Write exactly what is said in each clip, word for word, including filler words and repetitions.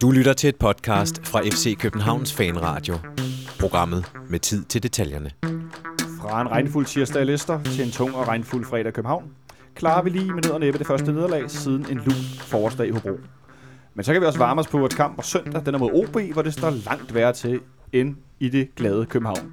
Du lytter til et podcast fra F C Københavns Fanradio. Programmet med tid til detaljerne. Fra en regnfuld tirsdag i Leicester til en tung og regnfuld fredag i København, klarer vi lige med nød og næppe det første nederlag siden en lun forårsdag i Hobro. Men så kan vi også varme os på vores kamp på søndag, den er mod O B, hvor det står langt værre til end i det glade København.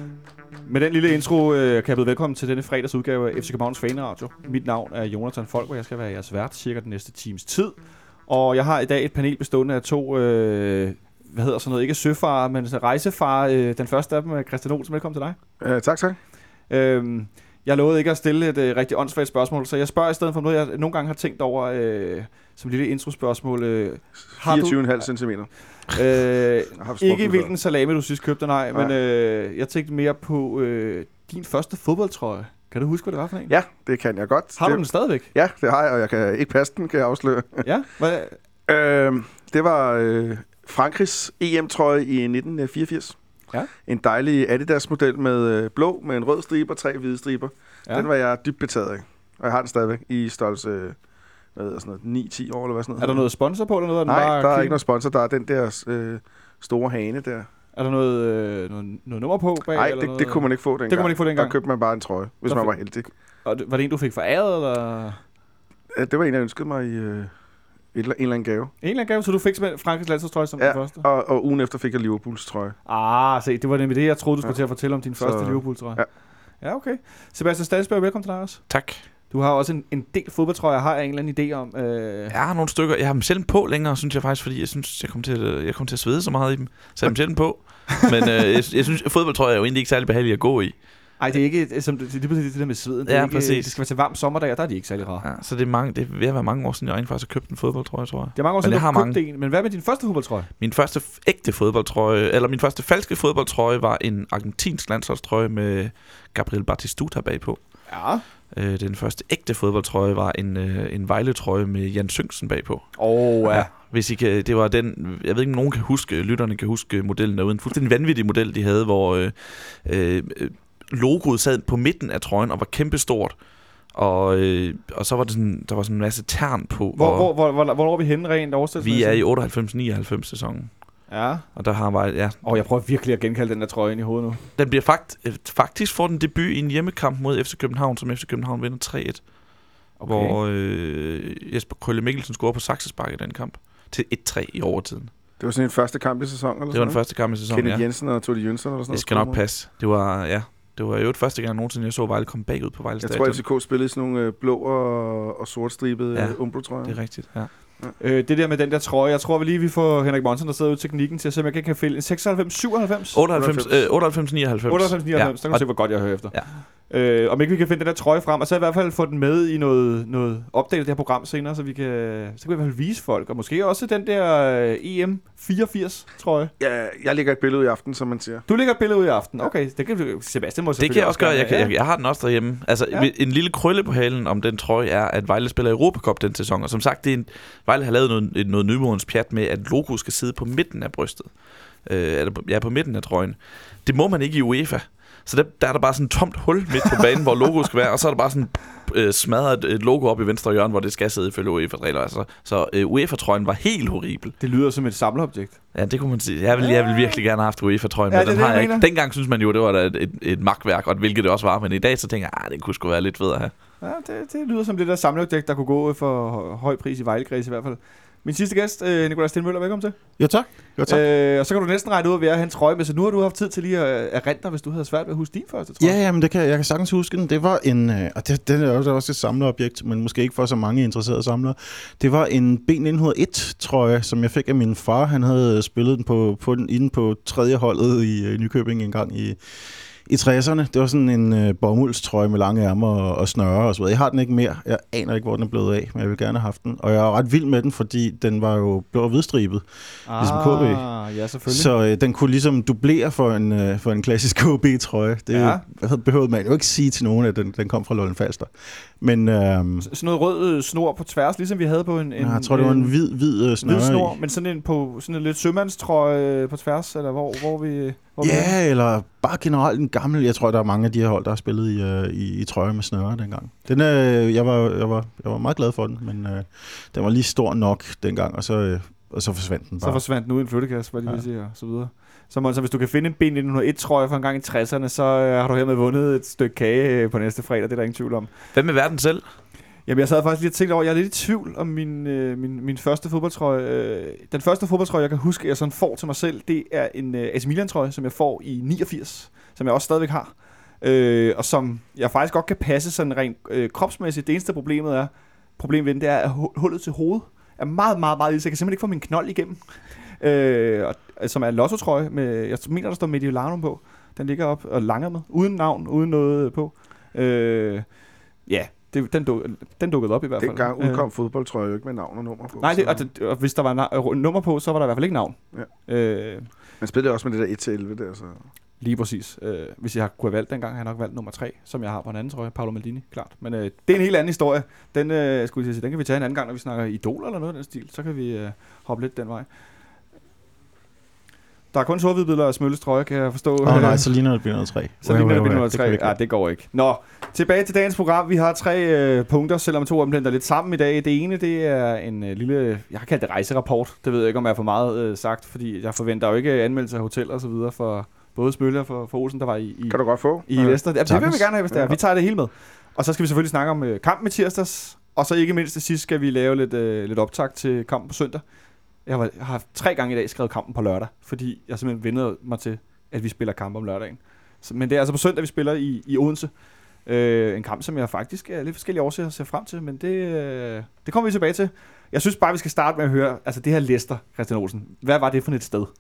Med den lille intro øh, kan jeg byde velkommen til denne fredags udgave af F C Københavns Fanradio. Mit navn er Jonathan Folk, og jeg skal være jeres vært cirka den næste times tid. Og jeg har i dag et panel bestående af to, øh, hvad hedder sådan noget, ikke søfarer, men rejsefarer. Øh, den første af dem er Christian Olsen. Velkommen til dig. Uh, tak, tak. Øh, jeg lovede ikke at stille et øh, rigtig åndssvagt spørgsmål, så jeg spørger i stedet for noget, jeg nogle gange har tænkt over øh, som et lille introspørgsmål. Øh, fireogtyve komma fem centimeter. Øh, ikke hvilken salami du sidst købte, nej, nej. men øh, jeg tænkte mere på øh, din første fodboldtrøje. Kan du huske, hvad det var for en? Ja, det kan jeg godt. Har du det, den stadigvæk? Ja, det har jeg, og jeg kan ikke passe den, kan jeg afsløre. Ja? Hvad? øh, det var øh, Frankrigs E M-trøje i nitten fireogfirs. Ja. En dejlig Adidas-model med øh, blå, med en rød stribe og tre hvide striber. Ja. Den var jeg dybt betaget af, og jeg har den stadigvæk i størrelse øh, hvad hedder sådan noget, ni til ti år, eller hvad sådan noget. Er der noget sponsor på, eller noget? Nej, bare der er kig... ikke noget sponsor. Der er den der øh, store hane der. Er der noget, øh, noget, noget nummer på bag? Nej, eller det, noget? det kunne man ikke få dengang. Det kunne man ikke få dengang? Der købte man bare en trøje, hvis der man var heldig. Og det, var det en, du fik foræret, eller? Ja, det var en, jeg ønskede mig i øh, en eller anden gave. En eller anden gave? Så du fik simpelthen Frankrigs landsholdstrøje som ja, den første? Og, og ugen efter fik jeg Liverpools trøje. Ah, se, det var nemlig det, jeg troede, du skulle ja. til at fortælle om din første Så, Liverpool trøje. Ja. Ja, okay. Sebastian Stadsberg, velkommen til dig også. Tak. Du har også en, en del fodboldtrøjer, har jeg en eller anden idé om. Øh... Jeg har nogle stykker. Jeg har dem sjældent på længere, synes jeg faktisk, fordi jeg synes, jeg kommer til at, jeg kommer til at svede så meget i dem. Så jeg har dem sjældent på. Men øh, jeg, jeg synes, at fodboldtrøjer er jo egentlig ikke særlig behagelige at gå i. Nej, det er ikke som det, det, det der med sveden. Det, ja, ikke, det skal være til varm sommerdag, og der er de ikke særlig rare. Ja, så det er mange, det er ved at være mange år siden, jeg rent faktisk har købt en fodboldtrøje, tror jeg. Det er mange år siden, men du har købt en. Men hvad med din første fodboldtrøje? Min første f- ægte fodboldtrøje, eller min første falske fodboldtrøje, var en argentinsk landsholdstrøje med Gabriel Batistuta bagpå. Ja. Øh, den første ægte fodboldtrøje var en, øh, en Vejle-trøje med Jan Sønksen bagpå. Åh, oh, ja. ja. Hvis I kan, det var den, jeg ved ikke, om nogen kan huske, lytterne kan huske modellen derude. En fuldstændig vanvittig model, de havde, hvor øh, øh, logoet sad på midten af trøjen og var kæmpestort. Og, øh, og så var det sådan, der var sådan en masse tern på. Hvor, hvor, hvor, hvor, hvor er vi henne rent oversættelsesmæssigt? Vi er i otteoghalvfems nioghalvfems sæsonen. Ja. Og der har Vejle, ja. Og jeg prøver virkelig at genkalde den der trøje ind i hovedet nu. Den bliver fakt, faktisk får den debut i en hjemmekamp mod F C København, som F C København vinder tre et. Okay. Hvor øh, Jesper Krølle Mikkelsen scorer på saksespark i den kamp til et tre i overtiden. Det var sådan en første kamp i sæsonen, eller Det var den første kamp i sæsonen, Kenneth ja. Jensen og Todi Jønsson, eller sådan noget. Det skal nok passe. Det var, ja, det var jo et første gang nogensinde, jeg så Vejle komme bagud på Vejle Stadion. Jeg tror, F C K spillede sådan nogle øh, blå og, og sortstribede ja, Umbro-trøjer. det er rigtigt, ja. Ja. Øh, det der med den der trøje, jeg tror vi lige, vi får Henrik Monsen, der sidder ude i teknikken, til at se, om jeg kan, kan fælde seksoghalvfems, syvoghalvfems? otteoghalvems, øh, otteoghalvs nioghalvfems. otteoghalvfems nioghalvfems, ja. Der kan man se, hvor godt jeg hører efter. Ja. Øh, om ikke vi kan finde den der trøje frem, og så i hvert fald få den med i noget, noget opdelt af det her program senere, så vi kan, så kan vi i hvert fald vise folk, og måske også den der E M fireogfirs trøje. Ja, jeg lægger et billede i aften, som man siger. Du lægger et billede ud i aften, okay. Det kan Sebastian må Det kan jeg også gøre, jeg, kan, jeg, jeg har den også derhjemme. Altså, ja. En lille krølle på halen om den trøje er, at Vejle spiller Europa Cup den sæson, og som sagt, det er en, Vejle har lavet noget, noget nymodens pjat med, at logoet skal sidde på midten af brystet. Øh, eller ja, på midten af trøjen. Det må man ikke i UEFA. Så der, der er der bare sådan et tomt hul midt på banen, hvor logoet skal være, og så er der bare sådan øh, smadret et logo op i venstre hjørne, hvor det skal sidde ifølge UEFA-regler. Altså, så øh, UEFA-trøjen var helt horribel. Det lyder som et samleobjekt. Ja, det kunne man sige. Jeg ville, jeg ville virkelig gerne have haft UEFA-trøjen, ja, men den har jeg ikke. Dengang synes man jo, det var et, et, et magtværk, og hvilket det også var, men i dag så tænker jeg, at det kunne sgu være lidt fed at have. Ja, det, det lyder som det der samleobjekt, der kunne gå for høj pris i Vejle-græs i hvert fald. Min sidste gæst, øh, Nikolaj Stenmøller, velkommen til. Jo tak. Jo, tak. Øh, og så kan du næsten regne ud, at vi er hans trøje med, så nu har du haft tid til lige at erindre, hvis du havde svært ved at huske din første trøje. Ja, ja, men det kan, jeg kan sagtens huske den. Det var en, øh, og det, det er også, også et samlerobjekt, men måske ikke for så mange interesserede samlere. Det var en B nitten hundrede og et trøje, som jeg fik af min far. Han havde spillet den på, på den, inde på tredje holdet i øh, Nykøbing en gang i I tresserne. Det var sådan en øh, bomuldstrøje med lange ærmer og, og snøre og så videre. Jeg har den ikke mere. Jeg aner ikke, hvor den er blevet af, men jeg vil gerne have haft den. Og jeg er ret vild med den, fordi den var jo blå og hvidstribet, ah, ligesom K B. Ja, selvfølgelig. Så øh, den kunne ligesom dublere for en, øh, for en klassisk K B-trøje. Det ja. behøvede man jo ikke sige til nogen, at den, den kom fra Lolland Falster. Men øhm, sådan noget rød snor på tværs, ligesom vi havde på en... en jeg tror, det var en hvid, hvid snøre. Hvid snor, men sådan en på sådan en lidt sømandstrøje på tværs, eller hvor, hvor vi... Hvor ja, vi eller bare generelt en gammel... Jeg tror, der er mange af de her hold, der har spillet i, uh, i, i trøjer med snøre dengang. Den, øh, jeg, var, jeg, var, jeg var meget glad for den, men øh, den var lige stor nok dengang, og så... Øh, og så forsvandt den bare. Så forsvandt den ud i en flyttekasse, hvad de ja. vil sige, og så videre. Så altså, hvis du kan finde en B nitten hundrede og et trøje fra en gang i tresserne, så øh, har du hermed vundet et stykke kage på næste fredag, det er der ingen tvivl om. Hvad med verden selv? Jamen, jeg sad faktisk lige og tænkte over, jeg er lidt i tvivl om min, øh, min, min første fodboldtrøje. Øh, den første fodboldtrøje, jeg kan huske, jeg sådan får til mig selv, det er en øh, A C Milan-trøje, som jeg får i niogfirs, som jeg også stadigvæk har. Øh, og som jeg faktisk godt kan passe sådan rent øh, kropsmæssigt. Det eneste problemet er, problemet ved den, det er, at hullet til hovedet er meget, meget, meget lille, så jeg kan simpelthen ikke få min knold igennem. Øh, og, som er en lotto-trøje med, jeg mener, der står Mediolanum på. Den ligger op og langer med, uden navn, uden noget på. Øh, ja, det, den, duk, den dukkede op i hvert fald. Dengang udkom øh. fodboldtrøje jo ikke med navn og nummer på. Nej, det, og, det, og hvis der var na- nummer på, så var der i hvert fald ikke navn. Ja. Øh, Man spillede også med det der et til elleve der, så... Lige præcis. Øh, hvis jeg kunne have valgt dengang, har jeg nok valgt nummer tre, som jeg har på en anden trøje, Paolo Maldini, klart. Men øh, det er en helt anden historie. Den, øh, skulle jeg sige, den kan vi tage en anden gang, når vi snakker Idol eller noget af den stil. Så kan vi øh, hoppe lidt den vej. Der er kun sort-hvidbilleder af Smølles trøje, kan jeg forstå. Åh oh, nej, så ligner det B nul tre. Så ligner det B nul tre. Ja, det går ikke. Nå, tilbage til dagens program. Vi har tre øh, punkter, selvom to af dem blender lidt sammen i dag. Det ene, det er en øh, lille, jeg har kaldt det rejserapport. Det ved jeg ikke, om jeg er for meget øh, sagt, fordi jeg forventer jo ikke anmeldelse af hoteller og så videre for både Smølle og for, for Olsen, der var i, i kan du godt få i Leicester. Ja, det vil vi gerne have, hvis det er. Ja. Vi tager det hele med. Og så skal vi selvfølgelig snakke om øh, kampen i tirsdags, og så ikke mindst til sidst skal vi lave lidt, øh, lidt optakt til kampen på søndag. Jeg har, jeg har tre gange i dag skrevet kampen på lørdag, fordi jeg simpelthen vendte mig til, at vi spiller kamp om lørdagen. Så, men det er altså på søndag, vi spiller i, i Odense. Øh, en kamp, som jeg faktisk er lidt forskellige årsager ser frem til, men det, øh, det kommer vi tilbage til. Jeg synes bare, vi skal starte med at høre, altså det her Leicester, Christian Olsen. Hvad var det for et sted?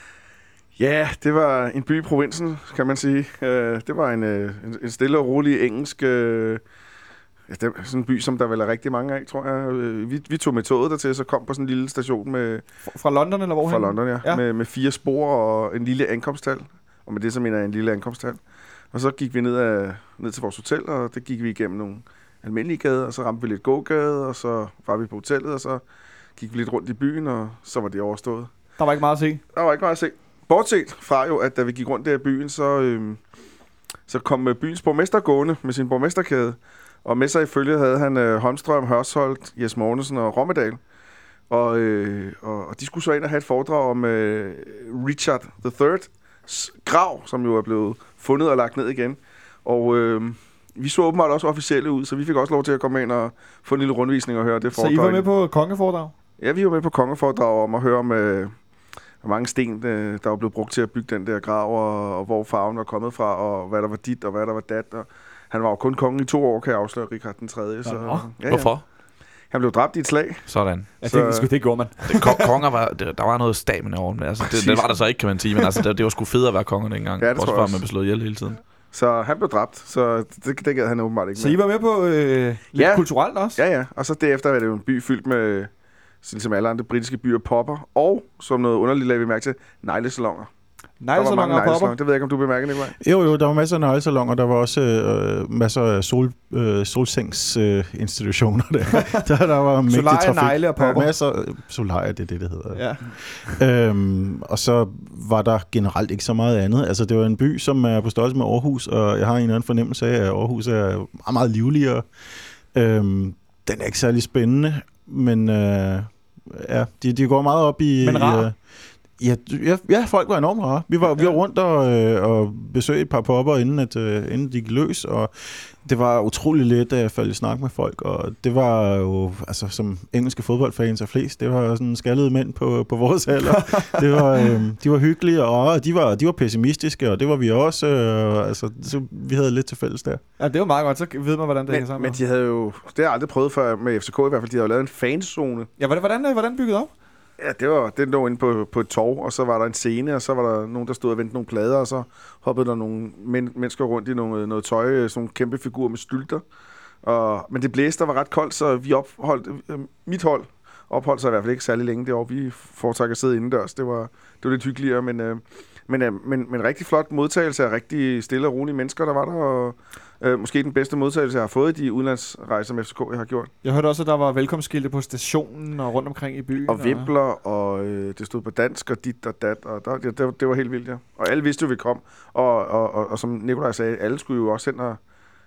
Ja, det var en by i provinsen, kan man sige. Uh, det var en, uh, en stille og rolig engelsk... Uh, ja, det er sådan en by, som der vel er rigtig mange af, tror jeg. Uh, vi, vi tog med toget dertil, så kom på sådan en lille station med... Fra London, eller hvorhen? Fra London, ja. ja. Med, med fire spor og en lille ankomsthal. Og med det, så mener jeg en lille ankomsthal. Og så gik vi ned, af, ned til vores hotel, og det gik vi igennem nogle almindelige gader, og så ramte vi lidt gågade, og så var vi på hotellet, og så gik vi lidt rundt i byen, og så var det overstået. Der var ikke meget at se? Der var ikke meget at se. Bortset fra jo, at da vi gik rundt der i byen, så, øhm, så kom byens borgmester gående med sin borgmesterkæde. Og med sig i følge havde han øh, Holmstrøm, Hørsholt, Jes Mortensen og Rommedal. Og, øh, og, og de skulle så ind og have et foredrag om øh, Richard the Third's grav, som jo er blevet fundet og lagt ned igen. Og øh, vi så åbenbart også officielle ud, så vi fik også lov til at komme ind og få en lille rundvisning og høre det foredrag. Så I var med på kongeforedrag? Ja, vi var med på kongeforedrag om at høre om... Øh, hvor mange sten, der var blevet brugt til at bygge den der grav, og, og hvor farven var kommet fra, og hvad der var dit, og hvad der var dat. Og han var jo kun kongen i to år, kan jeg afsløre, Richard den tredje. Så, ja, ja. Hvorfor? Han blev dræbt i et slag. Sådan. Ja, det, så, det, det gjorde man. Ko- konger var, det, der var noget stamina over dem. Altså, det, det var der så ikke, kan man sige, men altså, det, det var sgu fedt at være konger dengang. Ja, det også tror før jeg også. man blev slået ihjel hele tiden. Så han blev dræbt, så det, det gad han åbenbart ikke med. Så I var med på øh, lidt ja. kulturelt også? Ja, ja. Og så derefter er det jo en by fyldt med... Så ligesom alle andre britiske byer popper, og som noget underligt lagde vi mærke til, neglesalonger. Neglesalonger og popper? Det ved jeg ikke, om du bemærker, Nikolaj. Jo, jo, der var masser af neglesalonger, der var også øh, masser af sol, øh, solsengsinstitutioner øh, der. der. Der var mægtig trafik. Solarie, negle og popper? Masser, solarie, det er det, det hedder. Ja. Øhm, og så var der generelt ikke så meget andet. Altså, det var en by, som er på størrelse med Aarhus, og jeg har en eller anden fornemmelse af, at Aarhus er meget, meget livligere. Øhm, den er ikke særlig spændende, men... Øh, Ja, de, de går meget op i... Men rar? I, ja, ja, ja, folk var enormt rare. Vi var, ja. vi var rundt og, øh, og besøgte et par popper, inden, at, øh, inden de gik løs, og det var utrolig let at falde i snak med folk, og det var jo, altså som engelske fodboldfans er flest, det var sådan skaldede mænd på, på vores alder. det var, øh, de var hyggelige, og de var, de var pessimistiske, og det var vi også. Øh, altså, så vi havde lidt til fælles der. Ja, det var meget godt, så ved man, hvordan det hænger sammen. Men de havde jo, det har jeg aldrig prøvet før med F C K i hvert fald, de havde jo lavet en fanzone. Ja, hvordan, hvordan bygget op? Ja, det var den lå inde på, på et torv, og så var der en scene, og så var der nogen, der stod og vendte nogle plader, og så hoppede der nogle men- mennesker rundt i nogle, noget tøj, sådan nogle kæmpe figurer med stylter. Og, men det blæste, der var ret koldt, så vi opholdt, øh, mit hold opholdt sig i hvert fald ikke særlig længe derovre. Vi foretrækker at sidde indendørs. Det var, det var lidt hyggeligere, men, øh, men, øh, men, men rigtig flot modtagelse af rigtig stille og rolige mennesker, der var der, og øh, måske den bedste modtagelse, jeg har fået i de udenlandsrejser med F C K, jeg har gjort. Jeg hørte også, at der var velkomstskilte på stationen og rundt omkring i byen. Og vimpler, og øh, det stod på dansk, og dit og dat, og der, det, det, det var helt vildt, ja. Og alle vidste jo, vi kom. Og, og, og, og som Nikolaj sagde, alle skulle jo også hen og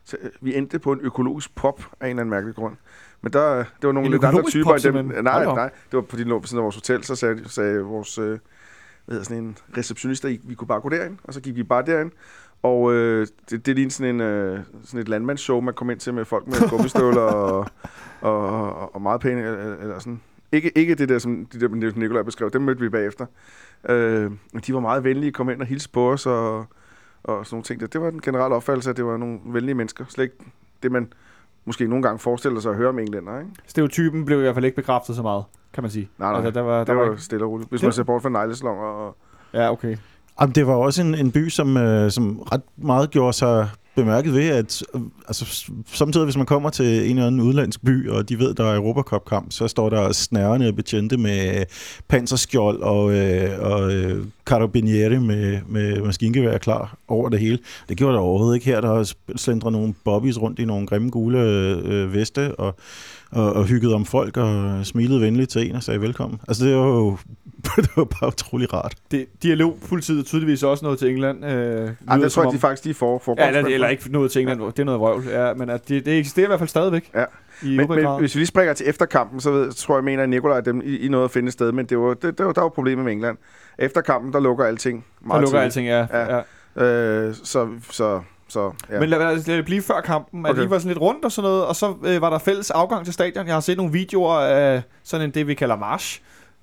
Så, øh, vi endte på en økologisk pop af en eller anden mærkelig grund. Men der, det var nogle lidt andre typer end dem. Nej, nej, det var på de lå på sådan vores hotel, så sagde, sagde vores øh, hvad hedder sådan en receptionist, at vi kunne bare gå derind, og så gik vi bare derind. Og øh, det, det lignede sådan, en, øh, sådan et landmandsshow, man kom ind til med folk med gummistøvler og, og, og, og meget pæne, eller sådan. Ikke, ikke det der, som de der Nikolaj beskrev, dem mødte vi bagefter. Øh, de var meget venlige, kom ind og hilste på os, og, og sådan nogle ting. Det var den generelle opfattelse, at det var nogle venlige mennesker. Slet ikke det, man måske nogle gange forestiller sig at høre om englænder, ikke? Stereotypen blev i hvert fald ikke bekræftet så meget, kan man sige. Nej, nej, altså, der var, der det var, var stille og roligt. Hvis man ser bort fra negleslonger og... Ja, okay. Jamen, det var også en, en by, som, øh, som ret meget gjorde sig bemærket ved, at øh, altså, samtidig hvis man kommer til en eller anden udlandsk by, og de ved, der er Europacup-kamp, så står der snærende betjente med panserskjold og, øh, og øh, carabinieri med, med maskingevær klar over det hele. Det gjorde der overhovedet ikke her. Der slendrer nogle bobbies rundt i nogle grimme gule øh, veste, og, og, og hyggede om folk, og smilede venligt til en og sagde velkommen. Altså, det var jo det var bare utrolig rart. Det, dialogpolitiet er tydeligvis også noget til England. Øh, Ej, det tror jeg, de faktisk de får. får ja, eller, eller ikke noget til England. Det er noget vrøvl. Ja, men at det, det eksisterer i hvert fald stadigvæk. Ja. I men, men hvis vi lige springer til efterkampen, så ved, tror jeg, mener, at Nikolaj dem i, i noget at finde sted. Men det var, det, det var, der var problemet med England. Efter kampen, der lukker alting meget Der lukker tidligt. alting, ja. ja. ja. Øh, så... så Så, ja. Men lad, lad det blive før kampen, at okay. de var sådan lidt rundt og sådan noget, og så øh, var der fælles afgang til stadion. Jeg har set nogle videoer af sådan en, det vi kalder march,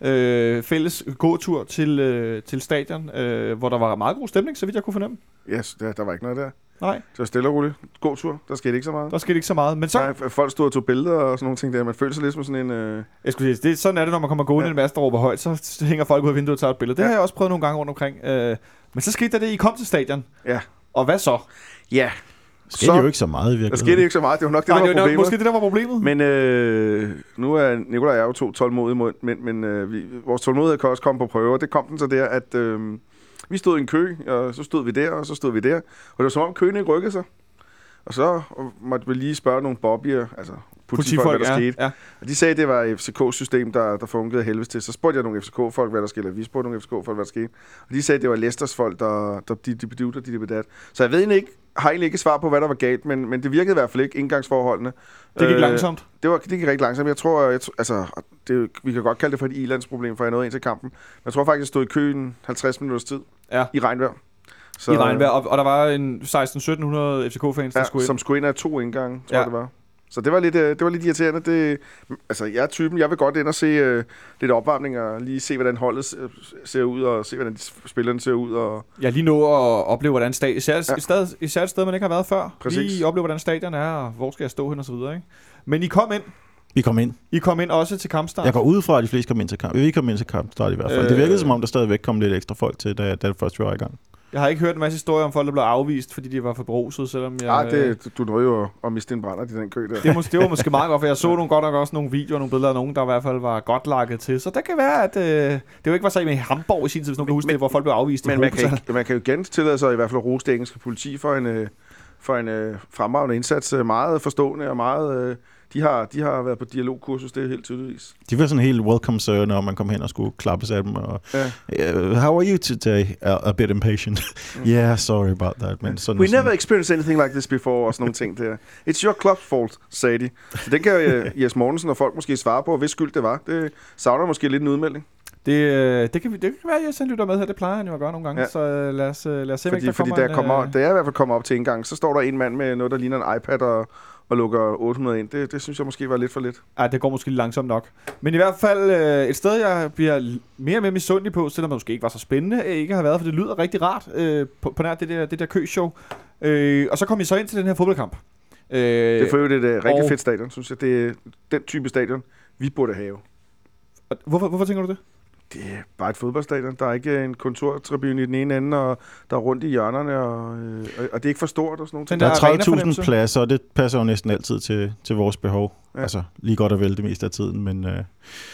øh, fælles gåtur til, øh, til stadion, øh, hvor der var meget god stemning, så vidt jeg kunne fornemme. Ja, yes, der, der var ikke noget der. Nej. Det var stille og roligt. God tur. Der skete ikke så meget. Der skete ikke så meget. Men så... Nej, folk stod og tog billeder og sådan nogle ting der. Man følte sig lidt som sådan en... Øh... Jeg skulle sige, det, sådan er det, når man kommer gående ja. en masse, der råber højt, så hænger folk ud af vinduet og tager et billede. Det ja. har jeg også prøvet nogle gange rundt omkring. Øh, men så skete der det, I kom til stadion. Ja. Og hvad så? Ja. Skete så, jo ikke så meget i virkeligheden. Der skete ikke så meget. Det var nok det, Nej, der var det var problemet. Måske det, der var problemet. Men øh, nu er Nikolaj og jeg jo to tålmodige, men, men øh, vi, vores tålmodighed kan også komme på prøve. Det kom den så der, at øh, vi stod i en kø, og så stod vi der, og så stod vi der. Og det var som om køen ikke rykkede sig. Og så måtte vi lige spørge nogle bobbier, altså politifolk, hvad der ja, skete. Ja. Og de sagde, at det var F C K-system, der, der fungerede helvedes til. Så spurgte jeg nogle F C K-folk, hvad der skete, eller vi spurgte nogle F C K-folk, hvad der skete. Og de sagde, at det var Leicesters folk, der, der de, de bedøvde, de, de bedøvde. Så jeg ved egentlig ikke, har egentlig ikke svar på, hvad der var galt, men, men det virkede i hvert fald ikke indgangsforholdene. Det gik øh, langsomt? Det, var, det gik rigtig langsomt. Jeg tror, jeg, altså, det, vi kan godt kalde det for et ilandsproblem, for jeg nåede ind til kampen. Men jeg tror faktisk, jeg stod i køen halvtreds minutters tid ja. i regnvejr. Så, I regnvejr, og, og der var en seksten sytten hundrede F C K-fans, der ja, skulle ind. Som skulle ind af to indgange, tror ja. jeg det var. Så det var lidt, det var lidt irriterende. Det, altså, jeg er typen, jeg vil godt ind og se uh, lidt opvarmning og lige se, hvordan holdet ser ud, og se, hvordan spillerne ser ud. Og ja, lige nå at opleve, hvordan stadion... Især, ja. især, især et sted, man ikke har været før. Præcis. Lige opleve, hvordan stadion er, og hvor skal jeg stå hen, og så videre, ikke? Men I kom ind. Vi kom ind. I kom ind også til kampstart. Jeg går ud fra, at de fleste kom ind til kamp. Vi kom ind til kampstart i hvert fald. Øh, det virkede som om, der stadigvæk kom lidt ekstra folk til, da, da det først var i gang. Jeg har ikke hørt en masse historier om folk, der blev afvist, fordi de var for beruset, selvom jeg... Ah, det, du nåede jo at miste en brænder i den kø der. Det, mås- det var måske meget godt, for jeg så nogle godt nok også nogle videoer, nogle billeder af nogen, der i hvert fald var godt lakket til. Så det kan være, at øh, det jo ikke var så med Hamburg i sin tid, hvis nogen kan huske det, hvor folk blev afvist. Men man kan, ikke, man kan jo igen tillade sig i hvert fald at rose det engelske politi for en, øh, for en øh, fremragende indsats. Meget forstående og meget... Øh, De har, de har været på dialogkursus, det er helt tydeligvis. De var sådan helt welcome, sir, når man kom hen og skulle klappes af dem. Og, ja. uh, how are you today? A, a bit impatient. Mm. Yeah, sorry about that. Men sådan We sådan. never experienced anything like this before, og sådan nogle ting der. It's your club's fault, sagde de. Så den kan uh, Jes Mortensen og folk måske svare på, hvis skyld det var. Det savner måske lidt en udmelding. Det, det, kan, vi, det kan være, at Jes lytter med her. Det plejer han jo at gøre nogle gange. Ja. Så uh, lad os, uh, lad os se, fordi, der fordi kommer der en, kommer, uh... da jeg i hvert fald kommer op til en gang, så står der en mand med noget, der ligner en iPad og... og lukker otte hundrede ind. Det, det synes jeg måske var lidt for lidt. Ej, det går måske lidt langsomt nok. Men i hvert fald øh, et sted, jeg bliver mere og mere misundelig på, selvom det måske ikke var så spændende, ikke har været, for det lyder rigtig rart øh, på, på nær det der, det der køshow. Øh, og så kom I så ind til den her fodboldkamp. Øh, det er for øvrigt et uh, rigtig og... fedt stadion, synes jeg. Det er den type stadion, vi burde have. Hvorfor, hvorfor tænker du det? Det er bare et fodboldstadion. Der er ikke en kontortribune i den ene ende, og der er rundt i hjørnerne, og, øh, og det er ikke for stort og sådan noget. Der, der er tredive tusind pladser, og det passer jo næsten altid til, til vores behov. Ja. Altså lige godt og vel det meste af tiden, men øh,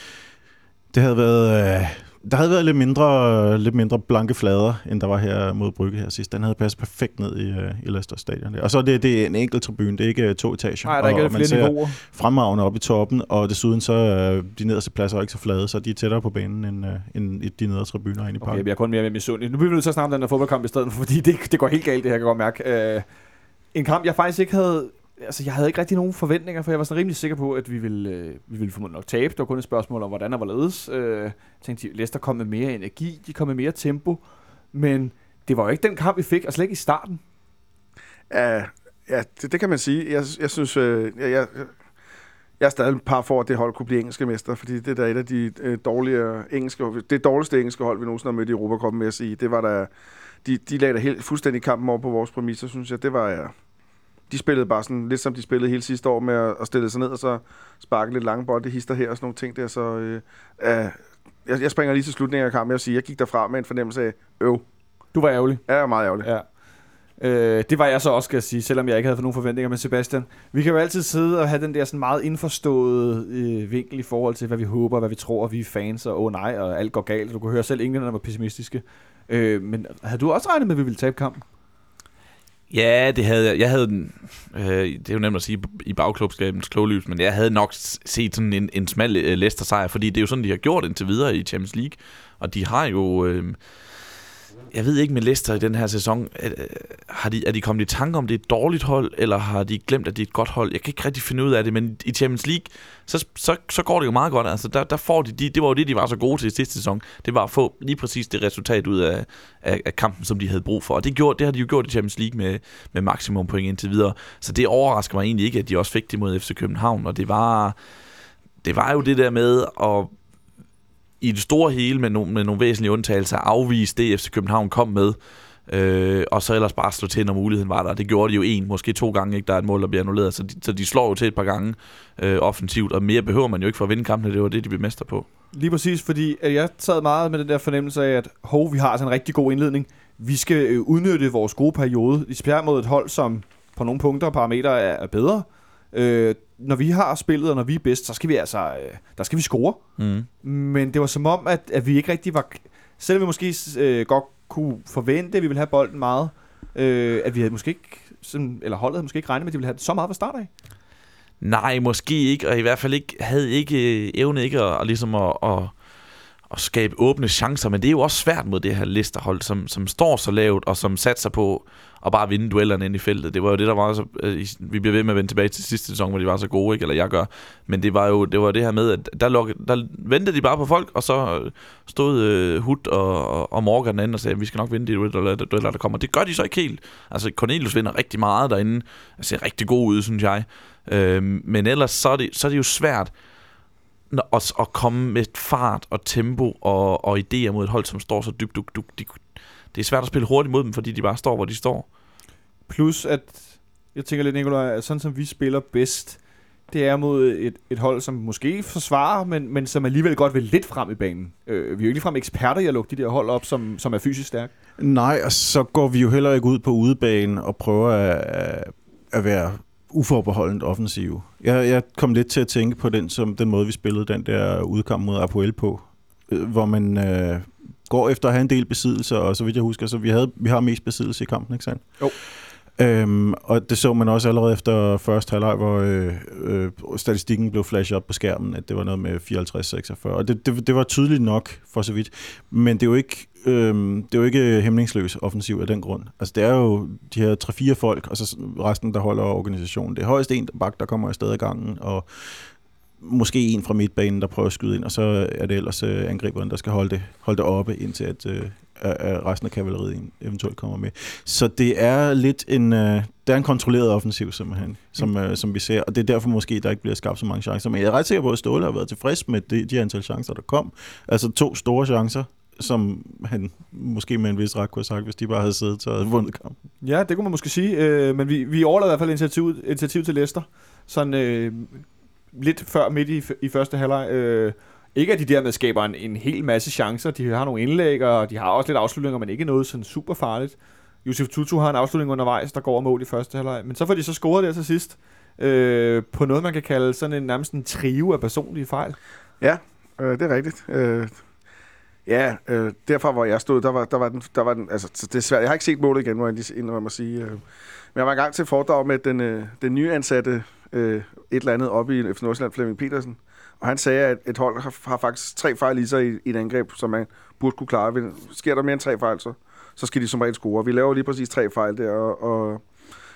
det havde været... Øh, der havde været lidt mindre, lidt mindre blanke flader, end der var her mod Brygge her sidst. Den havde passet perfekt ned i, uh, i Leicester Stadion. Og så er det, det er en enkelt tribune, det er ikke to etager. Nej, der er ikke og, flere niveauer. Fremragende oppe i toppen, og desuden så uh, de nederste pladser er ikke så flade, så de er tættere på banen end, uh, end de nederste tribuner inde i parken. Okay, jeg er kun mere med misundelig. Nu bliver vi nødt til at snakke om den der fodboldkamp i stedet, fordi det, det går helt galt, det her kan jeg godt mærke. Uh, En kamp, jeg faktisk ikke havde... Altså, jeg havde ikke rigtig nogen forventninger, for jeg var sådan rimelig sikker på, at vi ville, øh, vi ville formodentlig nok tabe. Det var kun et spørgsmål om, hvordan og hvorledes. Øh, jeg tænkte, Leicester kom med mere energi, de kom med mere tempo, men det var jo ikke den kamp, vi fik, og slet ikke i starten. Ja, ja det, det kan man sige. Jeg, jeg synes, øh, jeg, jeg, jeg er stadig et par for, at det hold kunne blive engelske mester, fordi det er der et af de øh, dårligere engelske, det dårligste engelske hold, vi nogensinde har mødt i Europacupen, med at sige. Det var der, de, de lagde der helt fuldstændig kampen over på vores præmisser, synes jeg. Det var ja, de spillede bare sådan lidt som de spillede hele sidste år med at, at stille sig ned og så sparke lidt lange bolde, hister her og sådan nogle ting der. Så øh, øh, jeg, jeg springer lige til slutningen af kampen og siger, jeg gik derfra med en fornemmelse af øv. Du var ærgerlig. Ja, jeg var meget ærgerlig. Ja. Øh, det var jeg så også, skal jeg sige, selvom jeg ikke havde fået nogen forventninger med Sebastian. Vi kan jo altid sidde og have den der sådan meget indforståede øh, vinkel i forhold til, hvad vi håber, hvad vi tror, vi er fans, og åh oh, nej, og alt går galt. Du kunne høre selv, englænderne var pessimistiske. Øh, men havde du også regnet med, at vi ville tabe kampen? Ja, det havde jeg. Jeg havde den, øh, det er jo nemt at sige i bagklubskabens kloglys, men jeg havde nok set sådan en, en smal uh, Leicester-sejr, fordi det er jo sådan, de har gjort indtil videre i Champions League, og de har jo... Øh, jeg ved ikke med Leicester i den her sæson, øh, har de, er de kommet i tanke om, det er et dårligt hold, eller har de glemt, at det er et godt hold? Jeg kan ikke rigtig finde ud af det, men i Champions League, så, så, så går det jo meget godt. Altså, der, der får de, de, det var jo det, de var så gode til i sidste sæson. Det var at få lige præcis det resultat ud af, af, af kampen, som de havde brug for. Og det, gjorde, det har de jo gjort i Champions League med, med maksimum point indtil videre. Så det overrasker mig egentlig ikke, at de også fik det mod F C København. Og det var, det var jo det der med at i det store hele med, no, med nogle væsentlige undtagelser afvise det, F C København kom med, øh, og så ellers bare slå til, når muligheden var der. Det gjorde de jo en, måske to gange, ikke? Der er et mål, der bliver annulleret, så de, så de slår jo til et par gange øh, offensivt, og mere behøver man jo ikke for at vinde kampene, det var det, de blev mester på. Lige præcis, fordi at jeg sad meget med den der fornemmelse af, at hov, vi har altså en rigtig god indledning. Vi skal øh, udnytte vores gode periode, især mod et hold, som på nogle punkter og parametre er, er bedre. Øh, når vi har spillet, og når vi er bedst, så skal vi altså, øh, der skal vi score. Mm. Men det var som om, at, at vi ikke rigtig var, selvom vi måske øh, godt kunne forvente, at vi ville have bolden meget, øh, at vi havde måske ikke, sådan, eller holdet havde måske ikke regnet med, at de ville have så meget fra start af. Nej, måske ikke, og i hvert fald ikke, havde ikke evne ikke at, at, ligesom at, at, at skabe åbne chancer, men det er jo også svært mod det her Leicester-hold, som, som står så lavt, og som satser på og bare vinde duellerne ind i feltet. Det var jo det, der var så... Øh, vi bliver ved med at vende tilbage til sidste sæson, hvor de var så gode, ikke? Eller jeg gør. Men det var jo det, var det her med, at der, luk, der ventede de bare på folk, og så stod øh, Hud og, og Morgan derinde og sagde, at vi skal nok vinde de dueller, dueller, der kommer. Det gør de så ikke helt. Altså, Cornelius vinder rigtig meget derinde. Det ser rigtig god ud, synes jeg. Øh, men ellers så er, det, så er det jo svært at, at komme med fart og tempo og, og idéer mod et hold, som står så dybt. Du, du, de, det er svært at spille hurtigt mod dem, fordi de bare står, hvor de står. Plus at, jeg tænker lidt, Nikolaj, at sådan som vi spiller bedst, det er mod et, et hold, som måske forsvarer, men, men som alligevel godt vil lidt frem i banen. Øh, vi er jo ikke ligefrem eksperter i at lukke de der hold op, som, som er fysisk stærke. Nej, og så går vi jo heller ikke ud på udebanen og prøver at, at være uforbeholdent offensive. Jeg, jeg kom lidt til at tænke på den, som, den måde, vi spillede den der udkamp mod Apoel på, hvor man øh, går efter at have en del besiddelse, og så vidt jeg husker, så vi, havde, vi har mest besiddelse i kampen, ikke sandt? Jo. Øhm, og det så man også allerede efter første halvleg, hvor øh, øh, statistikken blev flashet op på skærmen, at det var noget med fireoghalvtreds seksogfyrre, og det, det, det var tydeligt nok for så vidt, men det er jo ikke, øh, det er jo ikke hæmningsløs offensiv af den grund. Altså det er jo de her tre fire folk, og så resten, der holder organisationen. Det er højst en bak, der kommer afsted ad gangen, og måske en fra midtbanen, der prøver at skyde ind, og så er det ellers øh, angriberen, der skal holde det, holde det oppe, indtil at øh, at resten af kavaleriet eventuelt kommer med. Så det er lidt en, øh, det er en kontrolleret offensiv, simpelthen, som, mm. øh, som vi ser, og det er derfor måske, der ikke bliver skabt så mange chancer. Men jeg er ret sikker på, at Ståle har været tilfreds med de, de antal chancer, der kom. Altså to store chancer, som han måske med en vis ret kunne have sagt, hvis de bare havde siddet og havde vundet kampen. Ja, det kunne man måske sige, øh, men vi, vi overlader i hvert fald initiativ, initiativ til Leicester, sådan øh, lidt før midt i, i første halvleg. Øh, Ikke at de dermed skaber en, en hel masse chancer. De har nogle indlæg, og de har også lidt afslutninger, men ikke noget sådan super farligt. Josef Tutu har en afslutning undervejs, der går over mål i første halvleg. Men så får de så scoret der til sidst. Øh, på noget, man kan kalde sådan en nærmest en trio af personlige fejl. Ja, øh, det er rigtigt. Øh, ja, øh, derfra hvor jeg stod, der var, der var den, der var den, altså det er svært. Jeg har ikke set målet igen, må jeg lige indrømme at sige. Øh. Men jeg var i gang til at foredrage med den, øh, den nye ansatte øh, et eller andet oppe i F C Nordsjælland, Flemming Petersen. Og han sagde, at et hold har, har faktisk tre fejl i sig i, i et angreb, som man burde kunne klare. Sker der mere end tre fejl, så, så skal de som regel score. Vi laver lige præcis tre fejl der, og, og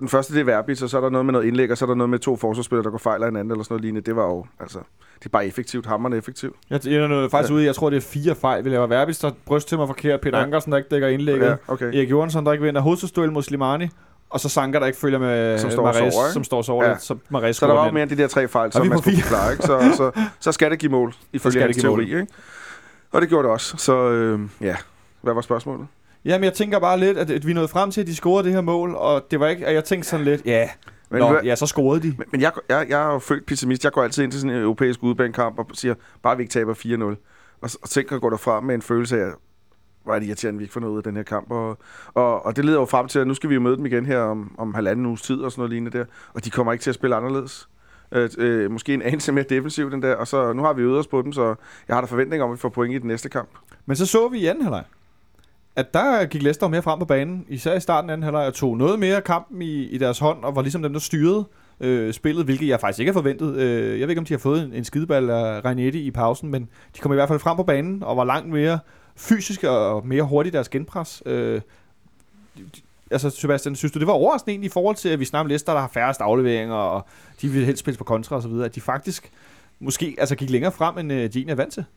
den første, det er Verbitz, og så er der noget med noget indlæg, og så er der noget med to forsvarsspillere, der går fejl af hinanden, eller sådan noget lignende. Det var jo, altså, det er bare effektivt, hammerende effektivt. Jeg er faktisk ja. ude, jeg tror, det er fire fejl. Vi laver Verbitz, der bryst til mig forkert, Peter ja. Ankersen, der ikke dækker indlægget, ja, okay. Erik Johansson, der ikke vinder hovedstødstuel mod Slimani, og så Sanker, der ikke følger med som står Mares, sover, som står sover, ja. så Mares så der var jo mere end de der tre fejl, som man skulle forklare, ikke? Så, så, så skal det give mål, ifølge hans teori, ikke? Og det gjorde det også, så øh, ja, hvad var spørgsmålet? Jamen, jeg tænker bare lidt, at vi nåede frem til, at de scorede det her mål, og det var ikke, at jeg tænkte sådan lidt, ja, men, nå, ja, så scorede de. Men, men jeg, jeg, jeg er jo født pessimist. Jeg går altid ind til sådan en europæisk udbanekamp og siger, bare vi ikke taber fire nul. Og, og tænker at gå derfra med en følelse af, hvor er det irriterende, vi ikke får noget ud af den her kamp. Og, og, og det leder jo frem til, at nu skal vi jo møde dem igen her om, om halvanden uges tid og sådan noget lignende der. Og de kommer ikke til at spille anderledes. Øh, øh, måske en anelse mere defensivt den der. Og så nu har vi øvet os på dem, så jeg har da forventning om, at vi får point i den næste kamp. Men så så vi i anden halvleg, at der gik Leicester mere frem på banen, især i starten af anden halvleg, og tog noget mere kampen i, i deres hånd, og var ligesom dem, der styrede øh, spillet, hvilket jeg faktisk ikke har forventet. Øh, jeg ved ikke, om de har fået en, en skideball af Ranieri i pausen, men de kom i hvert fald frem på banen, og var langt mere fysiske og mere hurtige i deres genpres. Øh, de, altså, Sebastian, synes du, det var overraskende egentlig i forhold til, at vi snakker om Leicester, der har færrest afleveringer, og de vil helst spille på kontra og så videre, at de faktisk måske altså, gik længere frem, end øh, de er vant til?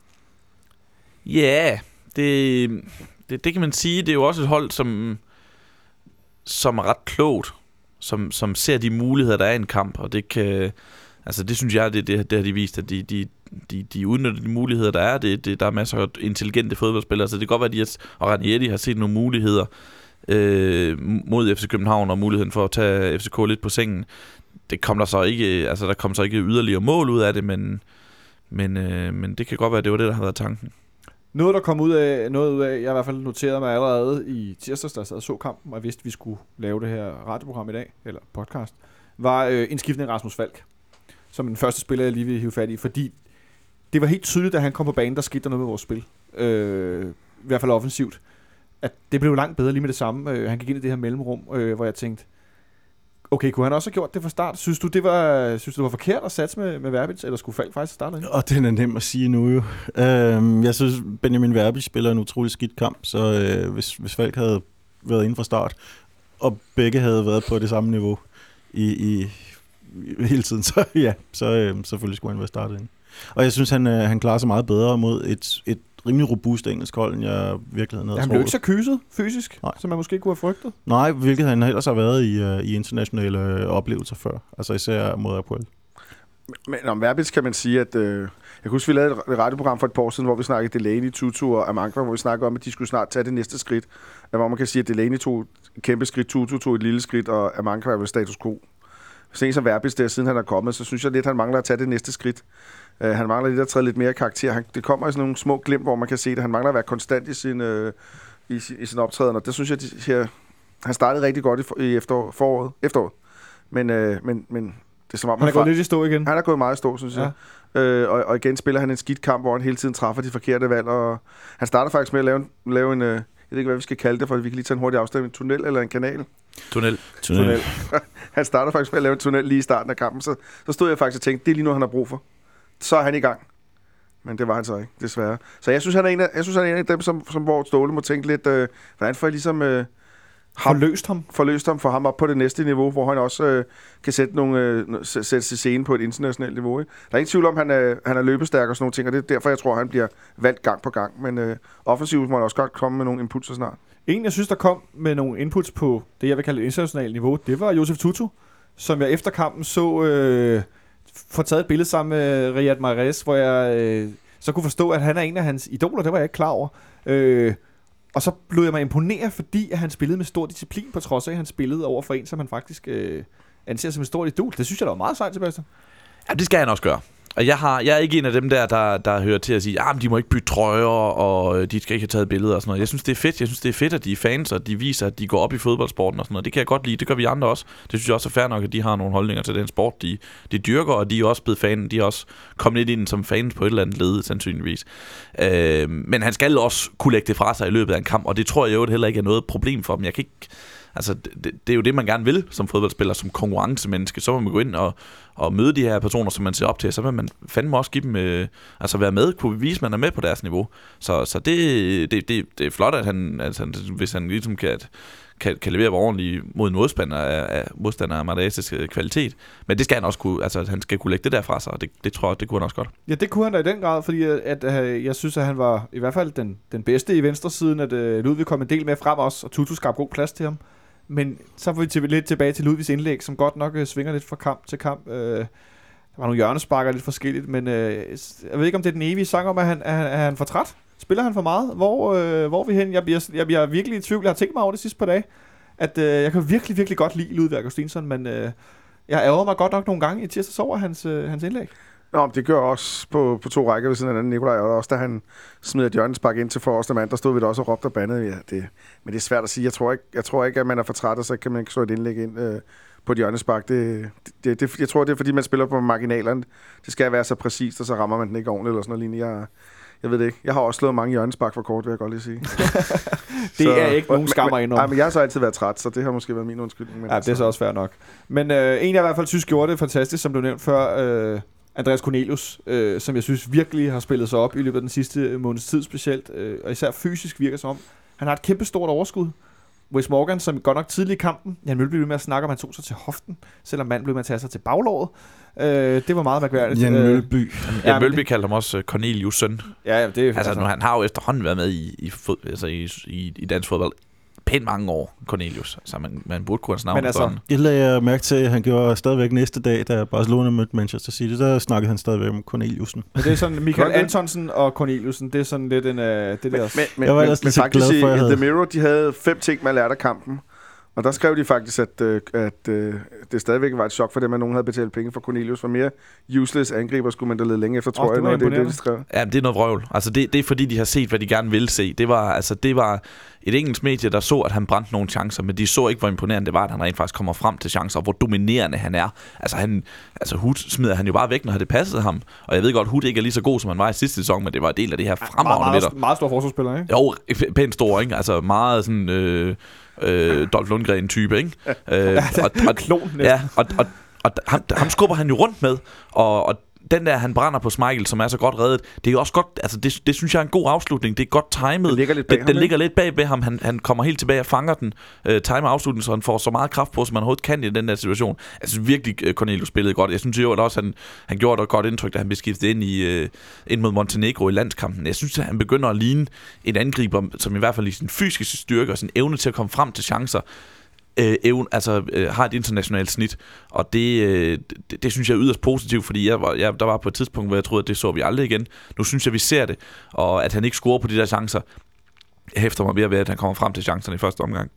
Ja, yeah, det... Det, det kan man sige, det er jo også et hold, som, som er ret klogt, som, som ser de muligheder, der er i en kamp, og det kan, altså det synes jeg, det, det, det har de vist, at de, de, de, de udnytter de muligheder, der er. Det, det, der er masser af intelligente fodboldspillere, så det kan godt være, at de har, og Ranieri har set nogle muligheder øh, mod F C København, og muligheden for at tage F C K lidt på sengen. Det kom der så ikke, altså der kom så ikke yderligere mål ud af det, men, men, øh, men det kan godt være, at det var det, der har været tanken. Noget, der kom ud af, noget ud af, jeg i hvert fald noterede mig allerede i tirsdags, da jeg sad og så kampen, og vidste, at vi skulle lave det her radioprogram i dag, eller podcast, var øh, indskiftning af Rasmus Falk, som den første spiller, jeg lige vil hive fat i, fordi det var helt tydeligt, da han kom på banen, der skete der noget med vores spil. Øh, I hvert fald offensivt. At det blev langt bedre lige med det samme. Øh, han gik ind i det her mellemrum, øh, hvor jeg tænkte, okay, kunne han også have gjort det fra start? Synes du, det var, synes du, det var forkert at satse med, med Verbitz, eller skulle Falk faktisk starte ind? Og det er nemt at sige nu jo. Øhm, jeg synes, Benjamin Verbitz spiller en utrolig skidt kamp, så øh, hvis, hvis Falk havde været inde fra start, og begge havde været på det samme niveau i, i, i hele tiden, så ja, så øh, selvfølgelig skulle han være startet ind. Og jeg synes, han, øh, han klarer sig meget bedre mod et, et rimelig robust engelsk hold, end jeg virkelig havde Han blev ikke så kyset fysisk, Nej. som man måske kunne have frygtet. Nej, hvilket han ellers har været i, uh, i internationale oplevelser før. Altså især mod Apoel. Men om Verbitz kan man sige, at... Øh, jeg kan huske, vi lavede et radioprogram for et par år siden, hvor vi snakkede Delaney, Tutu og Amankwa, hvor vi snakkede om, at de skulle snart tage det næste skridt. Hvor man kan sige, at Delaney tog et kæmpe skridt, Tutu tog et lille skridt, og Amankwa var status quo. Så en som Verbitz der, siden han er kommet, så synes jeg lidt, at han mangler at tage det næste skridt. Uh, han mangler lidt at træde lidt mere karakter. Han, det kommer i sådan nogle små glimt, hvor man kan se det. Han mangler at være konstant i sin, uh, i, i sin optræden, og det synes jeg, de her, han startede rigtig godt i, for, i efterår, foråret, efteråret. Men, uh, men, men det er som om... Han er gået lidt i stå igen. Han er gået meget i stå, synes ja. jeg. Uh, og, og igen spiller han en skidt kamp, hvor han hele tiden træffer de forkerte valg, og han starter faktisk med at lave en... Lave en uh, jeg ved ikke, hvad vi skal kalde det, for vi kan lige tage en hurtig afstemning. En tunnel eller en kanal? Tunnel. Tunnel. tunnel. Han starter faktisk med at lave en tunnel lige i starten af kampen, så, så stod jeg faktisk og tænkte, det er lige noget, han har brug for. Så er han i gang. Men det var han så ikke, desværre. Så jeg synes, han er en af, jeg synes, han er en af dem, som, som hvor Ståle må tænke lidt, øh, hvordan får jeg ligesom... Øh, forløst ham? Forløst ham, for ham op på det næste niveau, hvor han også øh, kan sætte, nogle, øh, sætte sig scene på et internationalt niveau. Ikke? Der er ingen tvivl om, at han er, han er løbestærk og sådan nogle ting, og det er derfor, jeg tror, at han bliver valgt gang på gang. Men øh, offensivt må han også godt komme med nogle impulser snart. En, jeg synes, der kom med nogle inputs på det, jeg vil kalde et internationalt niveau, det var Josef Tutu, som jeg efter kampen så... Øh, få taget et billede sammen med Riyad Mahrez, hvor jeg øh, så kunne forstå, at han er en af hans idoler. Det var jeg ikke klar over. Øh, og så blev jeg mig imponeret, fordi at han spillede med stor disciplin, på trods af, at han spillede over for en, som han faktisk øh, anser som et stort idol. Det synes jeg, der var meget sejt, Sebastian. Ja, det skal han også gøre. Og jeg, har, jeg er ikke en af dem der, der, der hører til at sige, at de må ikke bytte trøjer, og de skal ikke have taget billeder og sådan noget. Jeg synes, det er fedt. Jeg synes, det er fedt, at de er fans, og de viser, at de går op i fodboldsporten og sådan noget. Det kan jeg godt lide. Det gør vi andre også. Det synes jeg også er fair nok, at de har nogle holdninger til den sport, de, de dyrker, og de er også blevet fan. De er også kommet lidt ind som fans på et eller andet led, sandsynligvis. Øh, men han skal også kunne lægge det fra sig i løbet af en kamp, og det tror jeg jo heller ikke er noget problem for dem. Jeg kan ikke... Altså, det, det er jo det, man gerne vil som fodboldspiller, som konkurrencemenneske. Så må man gå ind og, og møde de her personer, som man ser op til. Så vil man fandme også give dem, øh, altså være med, kunne vise, at man er med på deres niveau. Så, så det, det, det, det er flot, at han, altså, hvis han ligesom kan, kan, kan levere ordentligt mod en modstander af, af modstander af Madrid' kvalitet. Men det skal han også kunne, altså han skal kunne lægge det der fra sig, og det, det tror jeg, det kunne han også godt. Ja, det kunne han da i den grad, fordi at, at, at jeg synes, at han var i hvert fald den, den bedste i venstre siden, at uh, Ludvig kom en del med frem også, og Tutu skabte god plads til ham. Men så får vi til, lidt tilbage til Ludvigs indlæg, som godt nok uh, svinger lidt fra kamp til kamp. Uh, der var nogle hjørnesparker lidt forskelligt, men uh, jeg ved ikke, om det er den evige sang om, at han, er, er han for træt? Spiller han for meget? Hvor, øh, hvor er vi hen? Jeg bliver, jeg bliver virkelig i tvivl. Jeg har tænkt mig over det sidste par dage, at øh, jeg kan virkelig, virkelig godt lide Ludvig Augustinsson, men øh, jeg ærger mig godt nok nogle gange i tirsdags over hans, øh, hans indlæg. Nå, det gør også på, på to rækker ved siden af den Nikolaj, og også da han smider et hjørnespark ind til forreste mand, der stod vi da også og råbte og bandede. Ja, det, men det er svært at sige. Jeg tror ikke, jeg tror ikke at man er for træt, og så kan man ikke slå et indlæg ind øh, på et hjørnespark. Det, det, det, jeg tror, det er fordi, man spiller på marginalerne. Det skal være så præcist, og så rammer man den ikke ordentligt eller sådan noget lignende. Jeg, Jeg ved det ikke. Jeg har også slået mange hjørnespark for kort, vil jeg godt lige sige. det så, er ikke nogen skammer endnu. Nej, men jeg har så altid været træt, så det har måske været min undskyldning. Men ja, altså. Det er så også fair nok. Men øh, en, jeg i hvert fald synes gjorde det fantastisk, som du nævnte før, øh, Andreas Cornelius, øh, som jeg synes virkelig har spillet sig op i løbet af den sidste måneds tid specielt, øh, og især fysisk virker som om. Han har et kæmpe stort overskud. Wes Morgan, som godt nok tidligt i kampen, Jan Mølby blev med at snakke om, han tog sig til hoften, selvom manden blev med at tage sig til baglåret. Øh, det var meget mærkværdigt. Jan Mølby. Ja, Jan Mølby kaldte ham også Cornelius' søn. Ja, ja, det er, altså, altså, nu, han har jo efterhånden været med i, i, fod, altså i, i, i dansk fodbold pænt mange år, Cornelius. Så man, man burde kunne hans navn. Altså, jeg lagde mærke til, at han gjorde stadigvæk næste dag, da Barcelona mødte Manchester City, der snakkede han stadigvæk om Corneliusen. Men det er sådan, Michael Antonsen og Corneliusen, det er sådan lidt en... Uh, det men, der. Men, men, jeg var ellers lidt glad for, at The Mirror, de havde fem ting, man lærte af kampen. Og der skrev de faktisk, at, øh, at øh, det stadigvæk var et chok for dem, at nogen havde betalt penge for Cornelius. For mere useless angriber skulle man da lede længe efter, tror oh, jeg. Det, det, det, det, de skrev. Ja, det er noget vrøvl. Altså, det, det er fordi, de har set, hvad de gerne vil se. Det var, altså, det var et engelsk medie, der så, at han brændte nogle chancer, men de så ikke, hvor imponerende det var, at han rent faktisk kommer frem til chancer, og hvor dominerende han er. Altså, han, altså Hood smider han jo bare væk, når det passede ham. Og jeg ved godt, Hood ikke er lige så god, som han var i sidste sæson, men det var en del af det her fremragende midter. Meget, meget stor forsvarsspiller, ikke? Jo, pænt stor, ikke? Altså, meget sådan... Øh, Øh, Dolph Lundgren-type, ikke? Øh, og, og, Klon, ja, og, og, og ham, ham skubber han jo rundt med, og, og den der, han brænder på Schmeichel, som er så godt reddet, det er jo også godt, altså det, det synes jeg er en god afslutning, det er godt timet. Det ligger lidt bag det, ham, det ligger lidt bag ved ham, han, han kommer helt tilbage og fanger den, øh, timer afslutningen, så han får så meget kraft på, som man overhovedet kan i den der situation. Jeg synes virkelig, Cornelius spillede godt. Jeg synes jo at også, han, han gjorde et godt indtryk, da han blev skiftet ind, i, øh, ind mod Montenegro i landskampen. Jeg synes, at han begynder at ligne en angriber, som i hvert fald i sin fysiske styrke og sin evne til at komme frem til chancer, Øh, evne, altså øh, har et internationalt snit, og det, øh, det, det synes jeg er yderst positivt, fordi jeg var, jeg, der var på et tidspunkt, hvor jeg troede, at det så vi aldrig igen. Nu synes jeg, vi ser det, og at han ikke scorer på de der chancer, hæfter mig ved, at han kommer frem til chancerne i første omgang.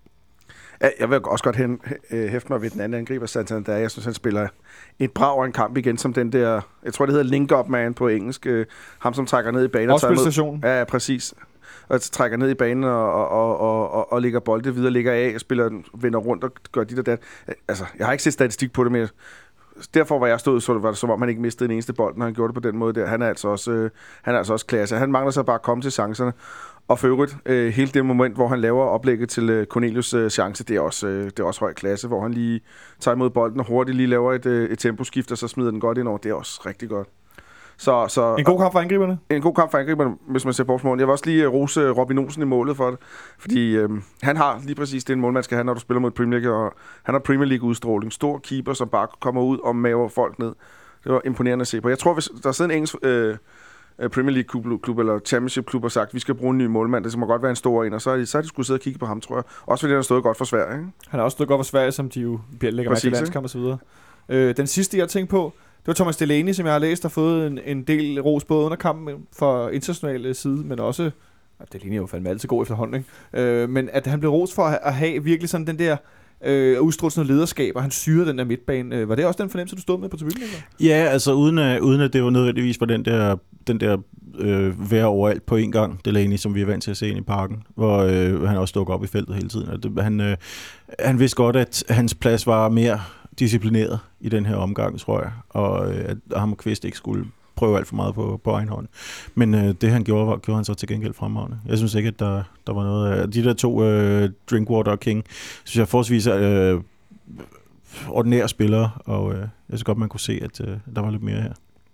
Jeg vil også godt hen, hæfte mig ved den anden angriber, Santander. Jeg synes, han spiller et brag en kamp igen, som den der, jeg tror, det hedder link-up man på engelsk, ham som trækker ned i banen. Opspilstation. Ja, præcis. Og trækker ned i banen og, og, og, og, og lægger bolde videre, lægger af, og spiller, vender rundt og gør dit og dat. Altså, jeg har ikke set statistik på det, men derfor var jeg stået, så det var det, som om han ikke mistede en eneste bold, når han gjorde det på den måde der. Han er altså også, øh, han er altså også klasse. Han mangler så bare at komme til chancerne. Og for øvrigt, øh, hele det moment, hvor han laver oplægget til øh, Cornelius' øh, chance, det er, også, øh, det er også høj klasse, hvor han lige tager imod bolden og hurtigt lige laver et, øh, et temposkift, og så smider den godt ind over. Det er også rigtig godt. Så, så, en god kamp for angriberne? En god kamp for angriberne, hvis man ser bort fra målet. Jeg vil også lige rose Robin Olsen i målet for det, fordi øh, han har lige præcis det, en målmand skal have, når du spiller mod Premier League, og han har Premier League-udstråling. Stor keeper, som bare kommer ud og maver folk ned. Det var imponerende at se på. Jeg tror, hvis der sidder en engelsk øh, Premier League-klub eller Championship-klub og sagt, vi skal bruge en ny målmand, det må godt være en stor en, og så har de, så har de skulle sidde og kigge på ham, tror jeg. Også fordi han har stået godt for Sverige, ikke? Han har også stået godt for Sverige, som de jo lægger mærke til landskamp og så videre. Øh, den sidste, jeg tænkte på, det var Thomas Delaney, som jeg har læst, har fået en, en del ros både under kampen for internationale side, men også, Delaney er jo fandme altid god efterhånden, ikke? Øh, men at han blev ros for at, at have virkelig sådan den der øh, udstrålelse noget lederskab, og han syrede den der midtbane. Øh, var det også den fornemmelse, du stod med på tribunen? Ja, altså uden at, uden at det var nødvendigvis var den der, den der øh, være overalt på en gang, Delaney, som vi er vant til at se ind i parken, hvor øh, han også dukker op i feltet hele tiden. Og det, han, øh, han vidste godt, at hans plads var mere disciplineret i den her omgang, tror jeg, og øh, at ham og Kvist ikke skulle prøve alt for meget på, på egen hånd. Men øh, det han gjorde, var, gjorde han så til gengæld fremragende. Jeg synes ikke, at der, der var noget af de der to, øh, Drinkwater og King, synes jeg forholdsvis øh, ordinære spillere, og øh, jeg synes godt, man kunne se, at øh, der var lidt mere her.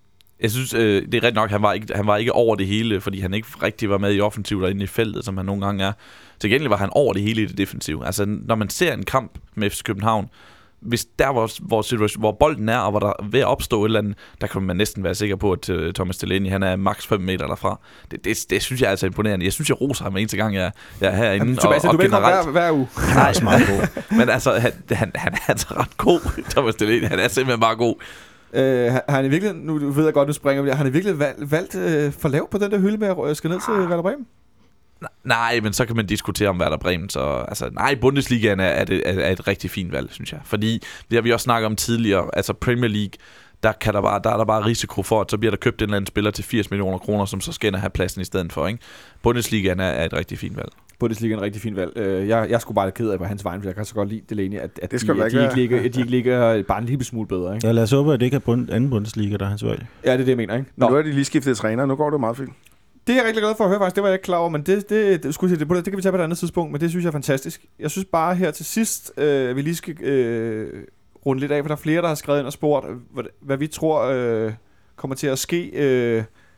Jeg synes, øh, det er rigtigt nok, han var, ikke, han var ikke over det hele, fordi han ikke rigtig var med i offensiv derinde i feltet, som han nogle gange er. Til gengæld var han over det hele i det defensive. Altså, når man ser en kamp med F C København, hvis der hvor, hvor, situation, hvor bolden er, og hvor der er ved at opstå et eller andet, der kan man næsten være sikker på, at uh, Thomas Delaney, han er maks fem meter derfra. Det, det, det synes jeg er altså imponerende. Jeg synes, jeg roser ham eneste gang, jeg, jeg er herinde. Jamen, Tobias, og, og du generelt, hver, hver uge. Han er smart god. Men altså, han, han, han er altså ret god, Thomas Delaney. Han er simpelthen bare god. Øh, har han i virkeligheden, nu ved jeg godt, nu springer vi, har han i virkeligheden valgt, valgt øh, for lav på den der hylde med at skal ned til Werder Bremen? Nej, men så kan man diskutere om Werder Bremen. Så, altså, nej, Bundesligaen er, er, det, er et rigtig fint valg, synes jeg. Fordi, det har vi også snakket om tidligere, altså Premier League, der, kan der, bare, der er der bare risiko for, at så bliver der købt en eller anden spiller til firs millioner kroner, som så skal ind og have pladsen i stedet for. Ikke? Bundesligaen er, er et rigtig fint valg. Bundesligaen er et rigtig fint valg. Jeg, jeg er sgu bare lidt ked af på hans vejen, for jeg kan så godt lide Delaney, at, at, det de, at, de, ikke ligger, at de ikke ligger bare en lille smule bedre. Ikke? Ja, lad os håbe, at det ikke er bund, anden Bundesliga, der er hans valg. Ja, det er det, jeg mener. Ikke? Nå. Nu er de lige skiftet træner, nu går det meget fint. Det er jeg rigtig glad for at høre, faktisk. Det var jeg ikke klar over, men det, det, det, skulle sige, det, det kan vi tage på et andet tidspunkt, men det synes jeg er fantastisk. Jeg synes bare her til sidst, øh, vi lige skal øh, runde lidt af, for der er flere, der har skrevet ind og spurgt, hvad, hvad vi tror øh, kommer til at ske øh,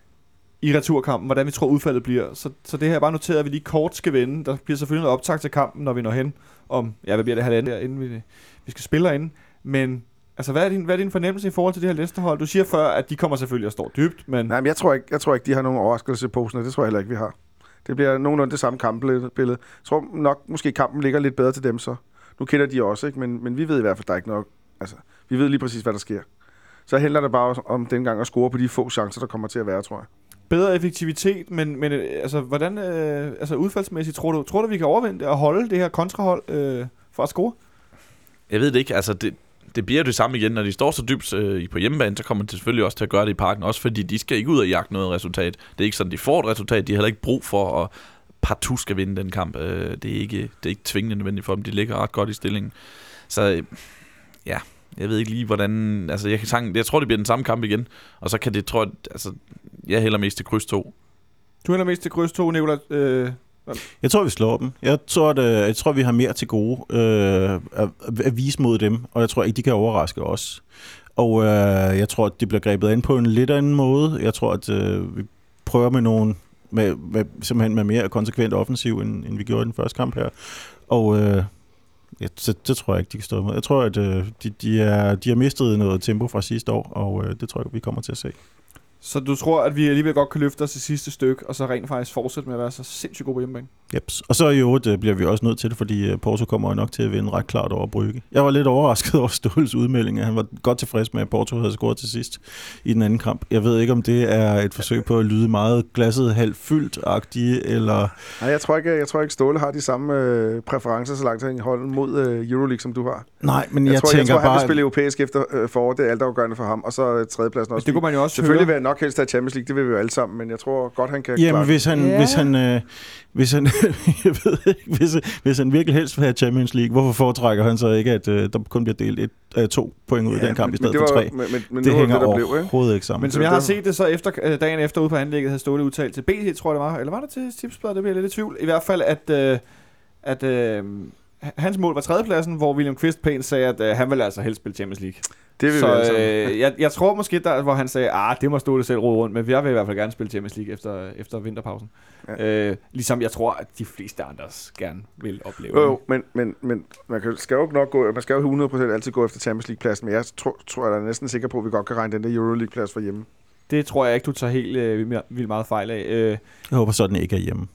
i returkampen, hvordan vi tror udfaldet bliver. Så, så det her er bare noteret, at vi lige kort skal vende. Der bliver selvfølgelig noget optag til kampen, når vi når hen om, ja, hvad bliver det halvandet der, inden vi, vi skal spille herinde. Men altså, hvad er, din, hvad er din fornemmelse i forhold til det her Leicester-hold? Du siger før, at de kommer selvfølgelig at stå dybt, men... Nej, men jeg tror ikke, jeg tror ikke de har nogen overraskelse i posen, og det tror jeg heller ikke, vi har. Det bliver nogenlunde det samme kampbillede. Jeg tror nok, måske kampen ligger lidt bedre til dem så. Nu kender de også, ikke? Men, men vi ved i hvert fald, der er ikke nok... Altså, vi ved lige præcis, hvad der sker. Så handler det bare om dengang at score på de få chancer, der kommer til at være, tror jeg. Bedre effektivitet, men, men altså, hvordan... Øh, altså, udfaldsmæssigt, tror du, tror du, vi kan overvinde det og holde det her kontrahold øh, for at score? Jeg ved det ikke, altså... Det Det bliver det samme igen, når de står så dybt øh, på hjemmebane, så kommer de selvfølgelig også til at gøre det i parken, også fordi de skal ikke ud og jagte noget resultat. Det er ikke sådan, de får et resultat, de har heller ikke brug for at partout skal vinde den kamp. Øh, det, er ikke, det er ikke tvingende nødvendigt for dem, de ligger ret godt i stillingen. Så øh, ja, jeg ved ikke lige, hvordan... Altså, jeg, kan sang, jeg tror, det bliver den samme kamp igen, og så kan det, tror jeg, altså, jeg hælder mest til kryds to. Du hælder mest til kryds to, Nicolai. Øh Jeg tror, vi slår dem. Jeg tror, at, jeg tror vi har mere til gode øh, at, at vise mod dem, og jeg tror ikke, de kan overraske os. Og øh, jeg tror, at det bliver grebet ind på en lidt anden måde. Jeg tror, at øh, vi prøver med nogen, med, med, simpelthen med mere konsekvent offensiv, end, end vi gjorde i den første kamp her. Og øh, ja, så, det tror jeg ikke, de kan stå imod. Jeg tror, at øh, de, de, er, de har mistet noget tempo fra sidste år, og øh, det tror jeg, vi kommer til at se. Så du tror, at vi alligevel godt kan løfte os til sidste stykke, og så rent faktisk fortsætte med at være så sindssygt gode på hjemmebane? Jeps. Og så i øvrigt bliver vi også nødt til det, fordi Porto kommer nok til at vinde ret klart over Brygge. Jeg var lidt overrasket over Ståles udmelding. Han var godt tilfreds med, at Porto havde scoret til sidst i den anden kamp. Jeg ved ikke, om det er et forsøg på at lyde meget glasset halvt fyldt-agtige, eller... Nej, jeg tror ikke, jeg tror ikke Ståle har de samme øh, præferencer så langt hen i holdet mod øh, Euroleague, som du har. Nej, men jeg, jeg tror, tænker jeg tror, bare... han vil spille europæisk efter øh, forår. Det er altafgørende for ham. Og så øh, tredjepladsen også. Det kunne man jo også selvfølgelig høre. vil nok helst have Champions League, det vil vi jo alle sammen, men jeg tror godt, han kan Jamen, klare hvis han, ja. hvis han, øh, hvis han, jeg ved ikke, hvis, hvis han virkelig helst vil have Champions League, hvorfor foretrækker han så ikke, at øh, der kun bliver delt et, øh, to point ud af ja, den kamp i stedet for tre? Men, men, men det hænger det, der overhovedet blev, ikke? ikke sammen. Men som jeg har set det så efter, øh, dagen efter ude på anlægget, havde Ståle udtalt til B T, tror jeg det var, eller var det til Tipsbladet, det bliver lidt i tvivl. I hvert fald, at, øh, at øh, hans mål var tredjepladsen, hvor William Kvist pænt sagde, at øh, han ville altså helst spille Champions League. Det vil så vi øh, jeg, jeg tror måske, der, hvor han sagde, ah, det må Ståle selv rode rundt, men jeg vil i hvert fald gerne spille Champions League efter, efter vinterpausen. Ja. Øh, ligesom jeg tror, at de fleste andre gerne vil opleve. Jo, jo men, men, men man kan, skal jo nok gå, man skal jo hundrede procent altid gå efter Champions League-pladsen, men jeg tror, tror jeg er næsten sikker på, at vi godt kan regne den der Euroleague-plads for hjemme. Det tror jeg ikke, du tager helt øh, vildt meget fejl af. Øh. Jeg håber sådan ikke er hjemme.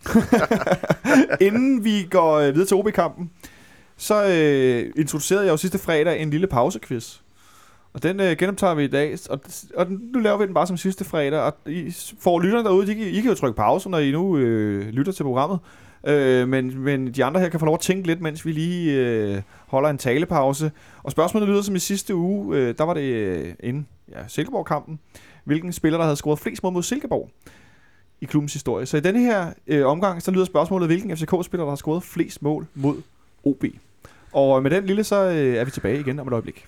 Inden vi går øh, videre til O B-kampen, så øh, introducerede jeg jo sidste fredag en lille pausequiz. Og den øh, genoptager vi i dag, og, og nu laver vi den bare som sidste fredag. Og I får lytterne derude, de, I kan jo trykke pause, når I nu øh, lytter til programmet. Øh, men, men de andre her kan få lov at tænke lidt, mens vi lige øh, holder en talepause. Og spørgsmålet lyder som i sidste uge, øh, der var det øh, inden ja, Silkeborg-kampen. Hvilken spiller, der havde scoret flest mål mod Silkeborg i klubbens historie. Så i denne her øh, omgang, så lyder spørgsmålet, hvilken F C K-spiller, der har scoret flest mål mod O B. Og med den lille, så øh, er vi tilbage igen om et øjeblik.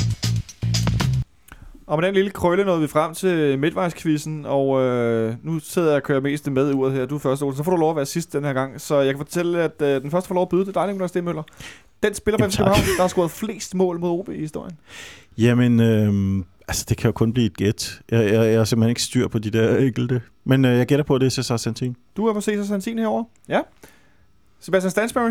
Og med den lille krølle nåede vi frem til midtvejskvisten, og øh, nu sidder jeg og kører mest med uret her. Du er første, Olsen. Så får du lov at være sidst den her gang. Så jeg kan fortælle, at øh, den første får lov at byde til dig, Nicolai Stenmøller. Den spiller på F C København, der har scoret flest mål mod O B i historien. Jamen, øh, Altså, det kan jo kun blive et gæt. Jeg, jeg, jeg er simpelthen ikke styr på de der enkelte. Men øh, jeg gætter på, at det er Cesar Santin. Du er på Cesar Santin herovre? Ja. Sebastian Stansbury?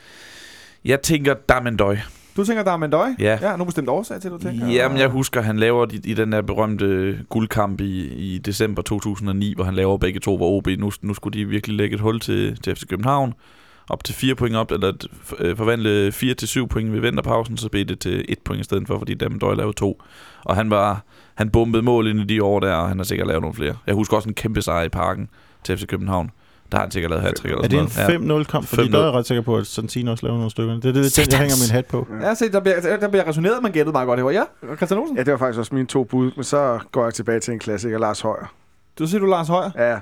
Jeg tænker Damendøj. Du tænker, der er Mendoy? Ja. Ja, nogen bestemt årsag til, du tænker? Jamen, jeg husker, han laver i, i den der berømte guldkamp i, i december to tusind og ni, hvor han laver begge to, hvor O B, nu, nu skulle de virkelig lægge et hul til, til F C København. Op til fire point op, eller forvandle fire til syv point ved vinterpausen, så blev det til et point i stedet for, fordi Damendøj lavede to. Og han var, han bombede mål ind i de år der, og han har sikkert lavet nogle flere. Jeg husker også en kæmpe sejr i parken til F C København. Der har han sikkert lavet hat-trick eller er det en fem nul kamp? Fordi der er jeg ret sikker på, at Santin også laver nogle stykker. Det er det, det jeg hænger min hat på. Ja, se, der bliver, der bliver resoneret, man gættede meget godt herovre. Ja, Christian Olsen? Ja, det var faktisk også mine to bud, men så går jeg tilbage til en klassiker, Lars Højer. Du siger, du Lars Højer? Ja.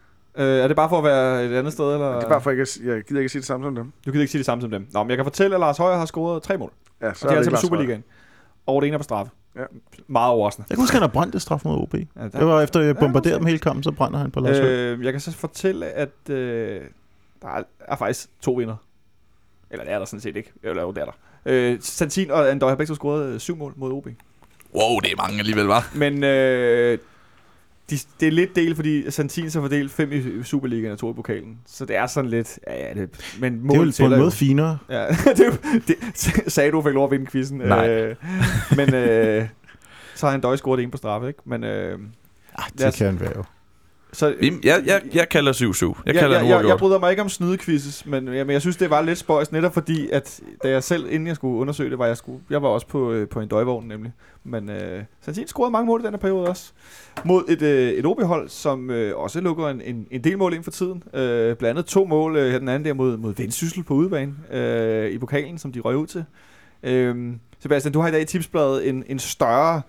Øh, er det bare for at være et andet sted? Eller? Det er bare for, at jeg, jeg gider ikke at sige det samme som dem. Du gider ikke sige det samme som dem. Nå, men jeg kan fortælle, at Lars Højer har scoret tre mål. Ja, så og det er altså ikke på Superligaen. Og det ene er på straffe. Ja. Meget overraskende. Jeg kan huske, at han har brændt et straf mod O B. Ja, der... Det var efter, at jeg bombarderede ja, dem hele kampen, så brænder han på Lars Højer. Øh, jeg kan så fortælle, at øh, der er, er faktisk to vinder. Eller det er der sådan set ikke. Eller jo, det er der. Øh, Santin og Andøj har begge scoret øh, syv mål mod O B. Wow, det er mange alligevel, var. Men øh, de, det er lidt del, fordi Santin så fordelt fem i Superligaen og to i pokalen. Så det er sådan lidt... Ja, ja, det, men mål det er jo på en måde finere. Ja, det, det, sagde du fik lov at vinde quizzen. Nej. Øh, men øh, så har Andøj scoret en på straffe, ikke? Men... Øh, ah, det kan han være jo. Så, jeg, jeg, jeg kalder syv syv. Jeg, jeg, kalder jeg, jeg, jeg bryder mig ikke om snydequizzes, men, ja, men jeg synes, det var lidt spøjs, netop fordi, at da jeg selv, inden jeg skulle undersøge det, var jeg, skulle, jeg var også på, øh, på en døjvogn nemlig. Men øh, Santin scorede mange mål i den her periode også. Mod et, øh, et O B-hold, som øh, også lukker en, en, en del mål ind for tiden. Øh, blandt andet to mål øh, her den anden der mod, mod Vendsyssel på udebane øh, i pokalen, som de røg ud til. Øh, Sebastian, du har i dag i Tipsbladet en, en større...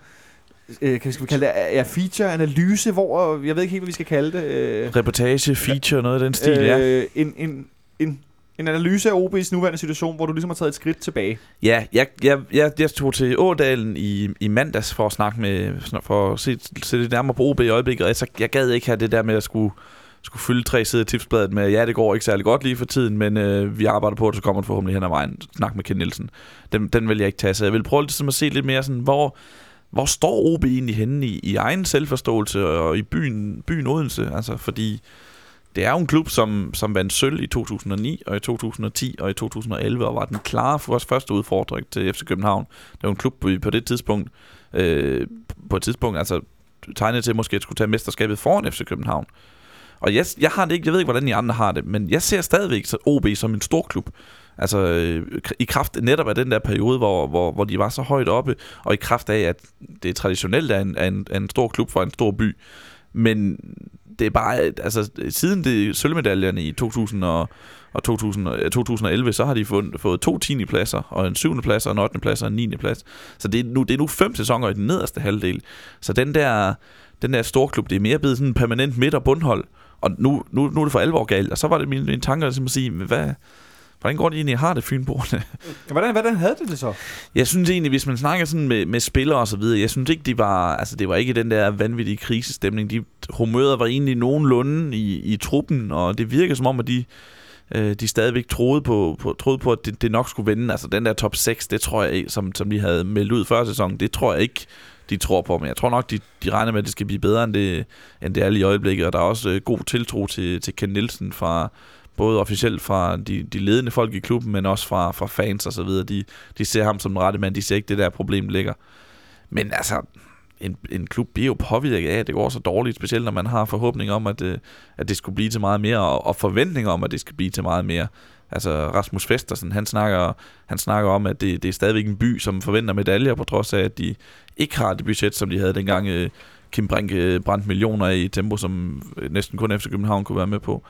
Øh, kan vi kalde det ja, feature-analyse, hvor, jeg ved ikke helt, hvad vi skal kalde det. Øh, Reportage, feature, noget af den stil, øh, ja. En, en, en, en analyse af O B's nuværende situation, hvor du ligesom har taget et skridt tilbage. Ja, jeg, jeg, jeg, jeg tog til Ådalen i, i mandags for at snakke med, for at se, se lidt nærmere på O B i øjeblikket, og så jeg gad ikke have det der med at skulle, skulle fylde tre sider i Tipsbladet med, ja, det går ikke særlig godt lige for tiden, men øh, vi arbejder på det, så kommer det forhåbentlig hen ad vejen. Snak med Ken Nielsen. Den, den vil jeg ikke tage, så jeg vil prøve lidt at se lidt mere sådan, hvor... Hvor står O B egentlig henne i, i egen selvforståelse og i byen, byen Odense? Altså, fordi det er jo en klub, som, som vandt sølv i to tusind og ni og i to tusind og ti og i to tusind og elleve og var den klare for vores første udfordring til F C København. Det var en klub på det tidspunkt, øh, på et tidspunkt altså tegnet til måske at skulle tage mesterskabet foran F C København. Og jeg, jeg har det ikke, jeg ved ikke hvordan I andre har det, men jeg ser stadigvæk O B som en stor klub. Altså øh, i kraft netop af den der periode, hvor, hvor, hvor de var så højt oppe, og i kraft af, at det traditionelt er en, er en, er en stor klub for en stor by. Men det er bare, altså siden det sølvmedaljerne i to tusind og, og to tusind, to tusind og elleve, så har de fået, fået to tiende pladser, og en syvende plads, og en ottende plads, og en niende plads. Så det er, nu, det er nu fem sæsoner i den nederste halvdel. Så den der, den der storklub, det er mere blevet sådan en permanent midt- og bundhold. Og nu, nu, nu er det for alvor galt. Og så var det mine, mine tanker ligesom at sige, hvad... Hvordan går det egentlig, har det fynboerne? Hvordan, hvordan havde det det så? Jeg synes egentlig, hvis man snakker sådan med, med spillere og så videre, jeg synes ikke, de var, altså det var ikke den der vanvittige krisestemning. De humøret var egentlig nogenlunde i, i truppen, og det virker som om, at de, øh, de stadigvæk troede på, på, troede på at det, det nok skulle vende. Altså den der top seks, det tror jeg ikke, som, som de havde meldt ud før sæsonen, det tror jeg ikke, de tror på. Men jeg tror nok, de, de regner med, at det skal blive bedre, end det, end det er lige i øjeblikket. Og der er også øh, god tiltro til, til Ken Nielsen fra... både officielt fra de, de ledende folk i klubben, men også fra, fra fans og så videre. De, de ser ham som den rette mand, de ser ikke det der problem ligger. Men altså, en, en klub bliver jo påvirket af, at det går så dårligt, specielt når man har forhåbning om, at, at det skulle blive til meget mere, og, og forventninger om, at det skal blive til meget mere. Altså Rasmus Festersen, han snakker, han snakker om, at det, det er stadigvæk en by, som forventer medaljer, på trods af, at de ikke har det budget, som de havde dengang Kim Brink brændte millioner i tempo, som næsten kun F C København kunne være med på.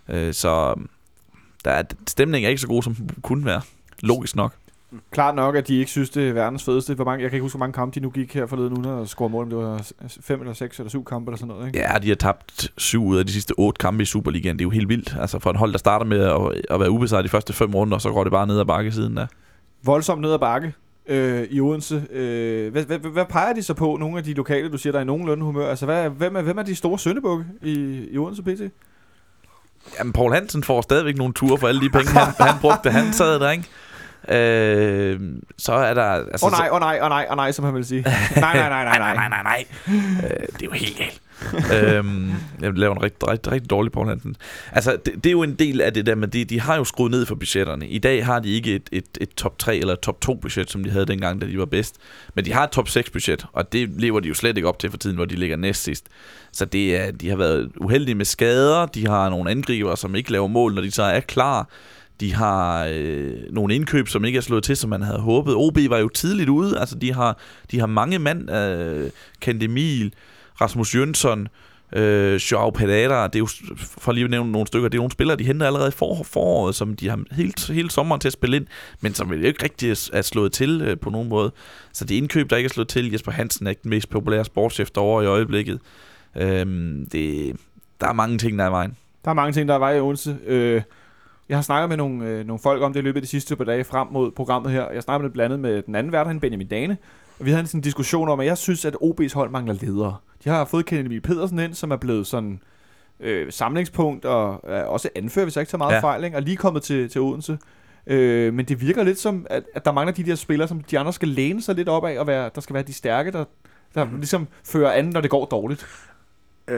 Så der er, stemningen er ikke så god, som den kunne være. Logisk nok. Klart nok, at de ikke synes, det er verdens fedeste. Hvor mange, jeg kan ikke huske, hvor mange kampe de nu gik her forleden uden at score mål. Om det var fem eller seks eller syv kampe eller sådan noget, ikke? Ja, de har tabt syv ud af de sidste otte kampe i Superligaen. Det er jo helt vildt. Altså for et hold, der starter med at, at være ubesejret de første fem runder, så går det bare ned ad bakke siden der. Voldsomt ned ad bakke øh, i Odense. Øh, hvad, hvad, hvad peger de så på? Nogle af de lokale, du siger, der er i nogenlunde humør. Altså, hvad, hvem, er, hvem er de store syndebukke i, i Odense P T? Jamen, Poul Hansen får stadigvæk nogle ture for alle de penge, han, han brugte. Han sad der, ikke? Øh, så er der... Åh altså, oh, nej, åh oh, nej, åh oh, nej, åh oh, nej, som han vil sige. nej, nej, nej, nej, nej, nej, nej, nej. øh, det er jo helt galt. øhm, jeg laver en rigtig, rigtig, rigtig dårlig Poul Hansen. Altså, det, det er jo en del af det der, men de, de har jo skruet ned for budgetterne. I dag har de ikke et, et, et top tre eller top to budget, som de havde dengang, da de var bedst. Men de har et top seks budget, og det lever de jo slet ikke op til for tiden, hvor de ligger næst sidst. Så det er, de har været uheldige med skader. De har nogle angriber, som ikke laver mål, når de så er klar. De har øh, nogle indkøb, som ikke er slået til, som man havde håbet. O B var jo tidligt ude. Altså, de har, de har mange mand. Øh, Kent Emil, Rasmus Jønsson, øh, Joao Pereira. Det er jo, for lige at nævne nogle stykker, det er nogle spillere, de henter allerede for foråret, som de har hele, hele sommeren til at spille ind, men som jo ikke rigtig er slået til øh, på nogen måde. Så det indkøb, der ikke er slået til. Jesper Hansen er ikke den mest populære sportschef derovre i øjeblikket. Øh, det, der er mange ting, der er i vejen. Der er mange ting, der er i vejen i Odense. Øh Jeg har snakket med nogle, øh, nogle folk om det i løbet af de sidste par dage frem mod programmet her. Jeg snakkede med det blandet med den anden vært, Benjamin Dane. Og vi havde en sådan diskussion om, at jeg synes, at O B's hold mangler ledere. De har fået Kenneth Emil Pedersen ind, som er blevet sådan øh, samlingspunkt og øh, også anfører, hvis jeg ikke tager meget ja. fejl, ikke? Og lige kommet til, til Odense. Øh, men det virker lidt som, at, at der mangler de der spillere, som de andre skal læne sig lidt op af, og være, der skal være de stærke, der, der mm. ligesom fører an, når det går dårligt. Øh,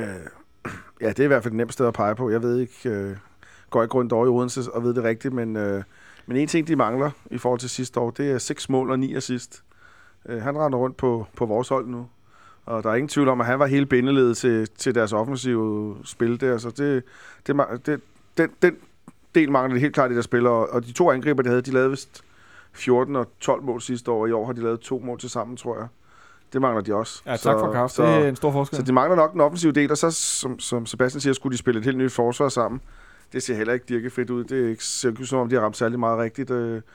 ja, det er i hvert fald det nemmeste sted at pege på. Jeg ved ikke... Øh går ikke rundt over i Odense og ved det rigtigt, men, øh, men en ting, de mangler i forhold til sidste år, det er seks mål og ni assist. Øh, han render rundt på, på vores hold nu, og der er ingen tvivl om, at han var hele bindeledet til, til deres offensive spil der, så det, det, det, den, den del mangler det helt klart i der spiller, og de to angriber, de havde, de lavede vist fjorten og tolv mål sidste år, og i år har de lavet to mål til sammen, tror jeg. Det mangler de også. Ja, tak så, for Kaffe. Det er en stor forskel. Så de mangler nok den offensive del, og så, som, som Sebastian siger, skulle de spille et helt nyt forsvar sammen. Det ser heller ikke dirkefrit ud. Det er ikke så som om, de har ramt særlig meget rigtigt.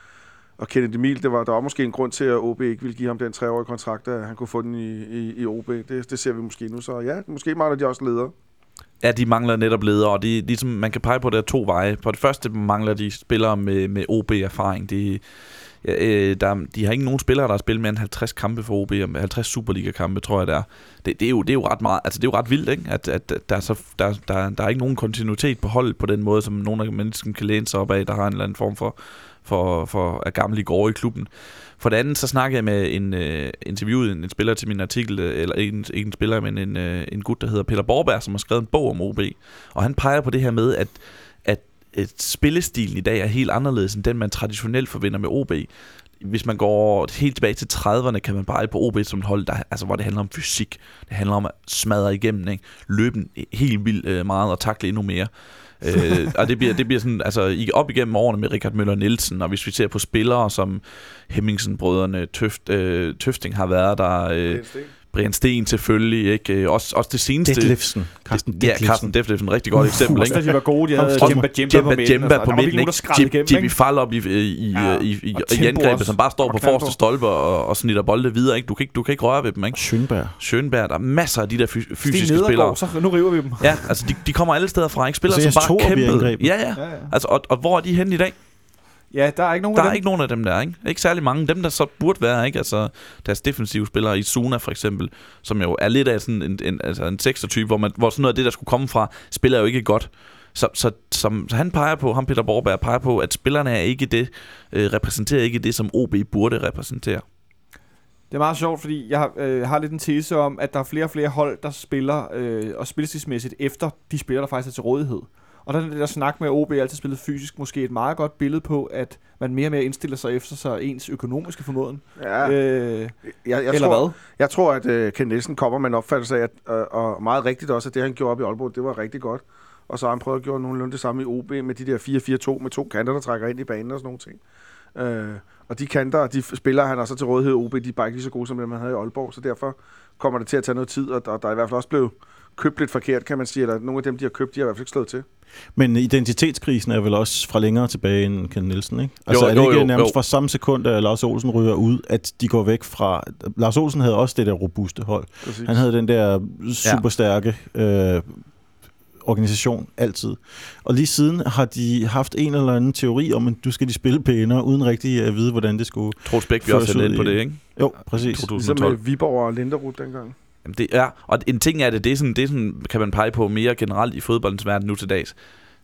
Og Kenneth Emil, det var, der var måske en grund til, at O B ikke ville give ham den treårige kontrakt, at han kunne få den i, i, i O B. Det, det ser vi måske nu. Så ja, måske mangler de også ledere. Ja, de mangler netop ledere, og de, ligesom, man kan pege på, at der er to veje. På det første mangler de spillere med, med O B-erfaring. De, ja, øh, der, de har ikke nogen spillere, der har spillet mere end halvtreds kampe for O B, halvtreds Superliga-kampe, tror jeg, det er. Det, det, er jo, det er jo ret meget, altså det er jo ret vildt, ikke? At, at der, er så, der, der, der er ikke nogen kontinuitet på holdet på den måde, som nogle af menneskene kan læne sig op af, der har en eller anden form for, for, for at gamle gårde i klubben. For det andet, så snakkede jeg med en uh, interviewet en, en spiller til min artikel, eller ikke en, en spiller, men en, uh, en gut, der hedder Peter Borberg, som har skrevet en bog om O B. Og han peger på det her med, at, at, at spillestilen i dag er helt anderledes, end den man traditionelt forbinder med O B. Hvis man går helt tilbage til trediverne, kan man bare på O B som et hold, der, altså, hvor det handler om fysik. Det handler om at smadre igennem, ikke? Løbe helt vildt øh, meget og takle endnu mere. øh, og det bliver, det bliver sådan, altså op igennem årene med Richard Møller Nielsen, og hvis vi ser på spillere som Hemmingsen-brødrene, Tøft, øh, Tøfting har været der, øh, Brian Sten selvfølgelig, ikke? Også, også det seneste... Detlefsen. Carsten Detlefsen. Ja, Carsten Detlefsen, et rigtig godt eksempel, ikke? De var gode, de havde Jemba Jemba på midten. Jemba på midten, ikke? Jimmy Fall op i, i, ja. i, i, i angrebet, som bare står på forreste stolpe og, og snitter bolde videre, ikke? Du kan ikke, du kan ikke røre ved dem, ikke? Schönberg. Schönberg, der er masser af de der fy- fysiske spillere. Så nu river vi dem. Ja, altså de, de kommer alle steder fra, ikke? Spillere, som bare kæmpede. Ja, ja. ja, ja. Altså, og, og hvor er de henne i dag? Ja, der er ikke nogen der af dem. Der er ikke nogen af dem der, ikke? Ikke særlig mange. Dem, der så burde være, ikke? Altså, deres defensive spillere i Zuna for eksempel, som jo er lidt af sådan en, en, altså en sekser-type, hvor, man, hvor sådan noget af det, der skulle komme fra, spiller jo ikke godt. Så, så, som, så han peger på, ham Peter Borberg peger på, at spillerne er ikke det, øh, repræsenterer ikke det, som O B burde repræsentere. Det er meget sjovt, fordi jeg har, øh, har lidt en tese om, at der er flere og flere hold, der spiller, øh, og spilstilsmæssigt efter de spillere, der faktisk er til rådighed. Og der er det der snak med, at O B altid spillet fysisk, måske et meget godt billede på, at man mere og mere indstiller sig efter sig ens økonomiske formåden. Ja. Øh, jeg, jeg eller tror, hvad? Jeg tror, at uh, Ken Nielsen kommer med en opfattelse af, at, uh, og meget rigtigt også, at det han gjorde op i Aalborg, det var rigtig godt. Og så har han prøvet at gøre nogenlunde det samme i O B med de der fire fire to med to kanter, der trækker ind i banen og sådan nogle ting. Uh, og de kanter, de spillere, han har så til rådighed i O B, de er bare ikke lige så gode, som dem, han havde i Aalborg. Så derfor kommer det til at tage noget tid, og der, der er i hvert fald også blevet købt lidt forkert, kan man sige. Eller nogle af dem, de har købt, de har i hvert fald ikke slået til. Men identitetskrisen er vel også fra længere tilbage end Ken Nielsen, ikke? Altså jo, er det ikke jo, jo, nærmest jo. fra samme sekund, at Lars Olsen ryger ud, at de går væk fra... Lars Olsen havde også det der robuste hold. Præcis. Han havde den der superstærke øh, organisation altid. Og lige siden har de haft en eller anden teori om, at du skal de spille pænere, uden rigtig at vide, hvordan det skulle... Troels Bæk, vi også lidt på det, ikke? Jo, præcis. Ligesom med Viborg og Linderud dengang. Jamen det er, og en ting er det, det er, sådan, det er sådan, kan man pege på mere generelt i fodboldens verden nu til dags.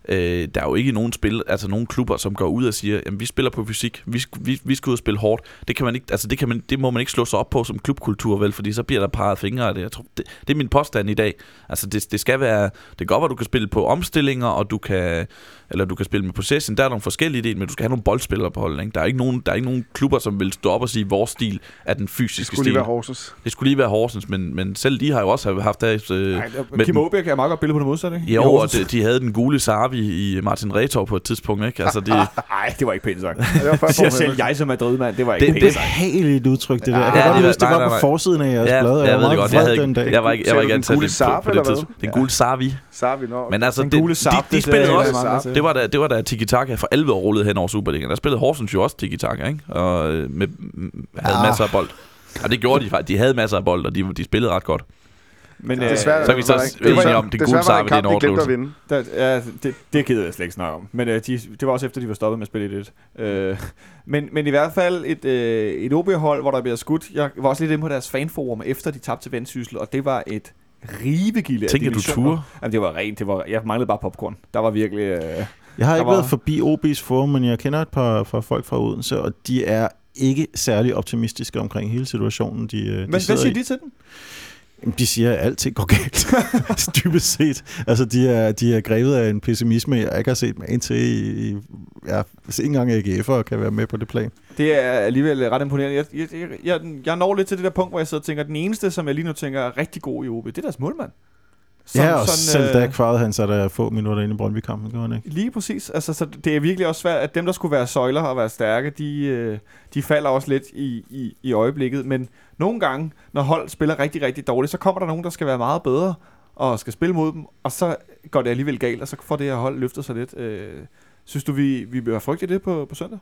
Øh, der er jo ikke nogen spil, altså nogen klubber, som går ud og siger, jamen vi spiller på fysik, vi, vi, vi skal ud og spille hårdt. Det kan man ikke, altså det kan man, det må man ikke slå sig op på som klubkultur, vel, fordi så bliver der parret fingre af det. Jeg tror, det, det er min påstand i dag. Altså det, det skal være, det går godt, at du kan spille på omstillinger, og du kan, eller du kan spille med possession. Der er nogle forskellige dele, men du skal have nogle boldspillere på holdet. Ikke? Der er ikke nogen, der er ikke nogen klubber, som vil stå op og sige, vores stil er den fysiske stil. Det skulle lige være Horsens. Det skulle lige være Horsens, men, men selv de har jo også haft deres... Øh, Nej, Kim Aabjerg er meget godt billede på det modsatte, ikke? Jo, og de, de havde den gule Sarvi i Martin Retor på et tidspunkt, ikke? Altså, det... Nej, det var ikke pænt sagt. Det var siger selv jeg som Madrid-mand, det var ikke det, pænt det sagt. Det er helt udtryk, det der. Jeg Ja, kan godt det huske, det var- var nej, på nej. forsiden af jeres Ja, blad. jeg ved det godt. Jeg havde den dag. ikke, jeg var ikke, jeg var ikke Den ansat gule på, Sarvi, på det eller hvad? tidspunkt. Den gule Sarvi. Sarvi, nå. Men altså, Den det, gule de, Sarp, de det spillede sagde også... jeg meget til. Det var da, det var da Tiki-Taka for alvor rullede hen over Superligaen. Der spillede Horsens jo også Tiki-Taka, ikke? Og øh, med, havde Ah. masser af bold. Og det gjorde de faktisk. De havde masser af bold, og de, de spillede ret godt. Men Det er øh, svært, så er vi så var der ikke- enige det var- om, den desværre gule var der Sarvi, en det er en kamp, de glemte at overdrivelse. vinde. Der, ja, det, det gider jeg slet ikke snakke om. Men øh, de, det var også efter, de var stoppet med at spille et. Øh, men, men i hvert fald et, øh, et O B-hold, hvor der bliver skudt. Jeg var også lidt inde på deres fanforum, efter de tabte til Vendsyssel, og det var et rivegilde af Tænker du divisioner. ture? Jamen, det var rent. Det var, jeg manglede bare popcorn. Der var virkelig... Øh, Jeg har Der ikke var- været forbi O B's forum, men jeg kender et par, par folk fra Odense, og de er ikke særlig optimistiske omkring hele situationen, de, de men hvad sidder siger i. de til den? Jamen, de siger, at alting går galt. Dybest set. Altså, de er, de er grebet af en pessimisme, jeg ikke har set mig ind til i... i ja, hvis ikke engang A G F'er kan være med på det plan. Det er alligevel ret imponerende. Jeg, jeg, jeg, jeg, jeg når lidt til det der punkt, hvor jeg sidder og tænker, at den eneste, som jeg lige nu tænker er rigtig god i O B, det er deres målmand. Som Ja, og selv øh, da kvarede han sig der få minutter inde i Brøndby-kampen, gjorde han ikke? Lige præcis. Altså, så det er virkelig også svært, at dem, der skulle være søjler og være stærke, de, øh, de falder også lidt i, i, i øjeblikket. Men nogle gange, når hold spiller rigtig, rigtig dårligt, så kommer der nogen, der skal være meget bedre og skal spille mod dem, og så går det alligevel galt, og så får det her hold løftet sig lidt. Øh, synes du, vi, vi bør frygte det på, på søndag?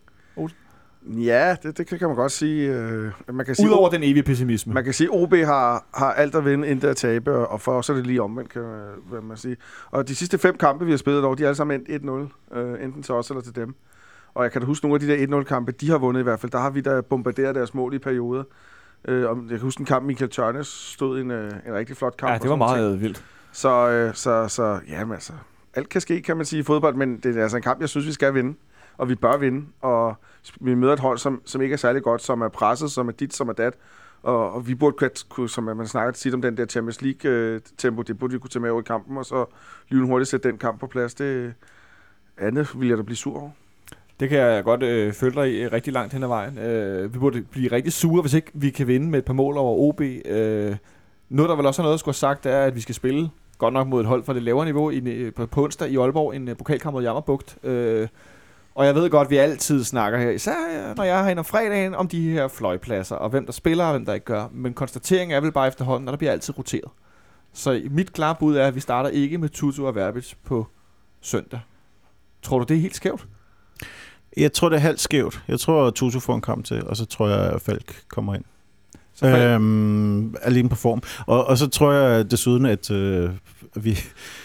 Ja, det, det kan man godt sige. Øh, man kan sige Udover den evige pessimisme. Man kan sige, at O B har, har alt at vinde, intet at tabe, og for os er det lige omvendt, kan man, hvad man sige. Og de sidste fem kampe, vi har spillet dog, de er alle sammen endt et nul, øh, enten til os eller til dem. Og jeg kan da huske nogle af de der et nul-kampe, de har vundet i hvert fald. Der har vi da bombarderet deres mål i perioder. Øh, og jeg kan huske en kamp, Michael Tørnes stod i en, øh, en rigtig flot kamp. Ja, det og var sådan meget ting. vildt. Så, øh, så, så jamen altså, alt kan ske, kan man sige i fodbold, men det er altså en kamp, jeg synes, vi skal vinde. Og vi bør vinde, og vi møder et hold, som, som ikke er særlig godt, som er presset, som er dit, som er dat. Og, og vi burde kunne, som man snakker tit om den der Champions League-tempo, det burde vi kunne tage med over i kampen, og så lynhurtigt sætte den kamp på plads. Det andet vil jeg da blive sur over. Det kan jeg godt øh, følge dig i rigtig langt hen ad vejen. Øh, vi burde blive rigtig sure, hvis ikke vi kan vinde med et par mål over O B. Øh, noget, der vel også er noget, der skulle have sagt, er, at vi skal spille godt nok mod et hold fra det lavere niveau i, på, på onsdag i Aalborg, en uh, pokalkamp mod Jammerbugt. Øh, og jeg ved godt, at vi altid snakker her, især når jeg er herinde om fredagen, om de her fløjpladser, og hvem der spiller, og hvem der ikke gør. Men konstateringen er vel bare efterhånden, at der bliver altid roteret. Så mit klare bud er, at vi starter ikke med Tutu og Verbic på søndag. Tror du, det er helt skævt? Jeg tror, det er halvt skævt. Jeg tror, at Tutu får en kamp til, og så tror jeg, at Falk kommer ind. Så Falk- Øhm, alene på form. Og, og så tror jeg desuden, at øh, vi,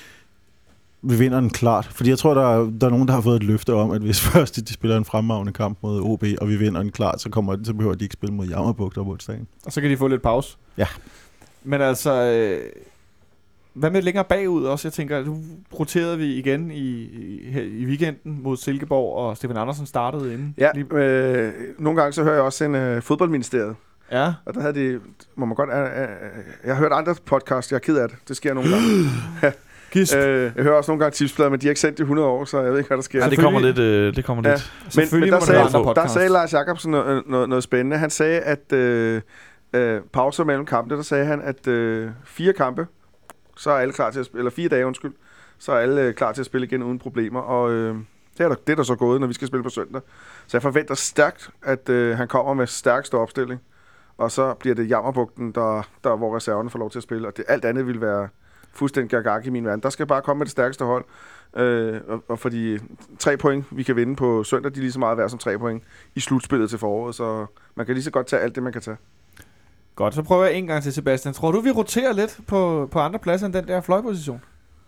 vi vinder den klart. Fordi jeg tror, der er, der er nogen, der har fået et løfte om, at hvis først de spiller en fremragende kamp mod O B, og vi vinder den klart, så, kommer, så behøver de ikke spille mod Jammerbugt om onsdagen. Og så kan de få lidt pause. Ja. Men altså, øh, hvad med længere bagud også? Jeg tænker, nu roterede vi igen i, i, her i weekenden mod Silkeborg, og Stefan Andersen startede inden. Ja, Lige- øh, nogle gange så hører jeg også en øh, fodboldministeriet, ja. og der havde de, må man godt, øh, øh, jeg har hørt andre podcast, jeg er ked af det, det sker nogle gange. Gisp. øh, jeg hører også nogle gange tipsblader, men de har ikke sendt det i hundrede år, så jeg ved ikke, hvad der sker. Ja, det kommer lidt. Øh, det kommer Ja. lidt. Men, men Selvfølgelig der, må sagde, det være andre der podcasts. sagde Lars Jacobsen noget, noget, noget spændende. Han sagde, at øh, øh, pauser mellem kampene, der sagde han, at øh, fire kampe, så er alle klar til at spille, eller fire dage, undskyld, så er alle øh, klar til at spille igen uden problemer. Og øh, det, er der, det er der så gået, når vi skal spille på søndag. Så jeg forventer stærkt, at øh, han kommer med stærkeste opstilling. Og så bliver det Jammerbugten, der, der hvor reserverne får lov til at spille. Og det, alt andet vil være fuldstændig gagag i min verden. Der skal bare komme med det stærkeste hold. Øh, og, og fordi tre point, vi kan vinde på søndag, de er lige så meget værd som tre point i slutspillet til foråret. Så man kan lige så godt tage alt det, man kan tage. Godt, så prøver jeg en gang til, Sebastian. Tror du, vi roterer lidt på, på andre pladser end den der fløjposition?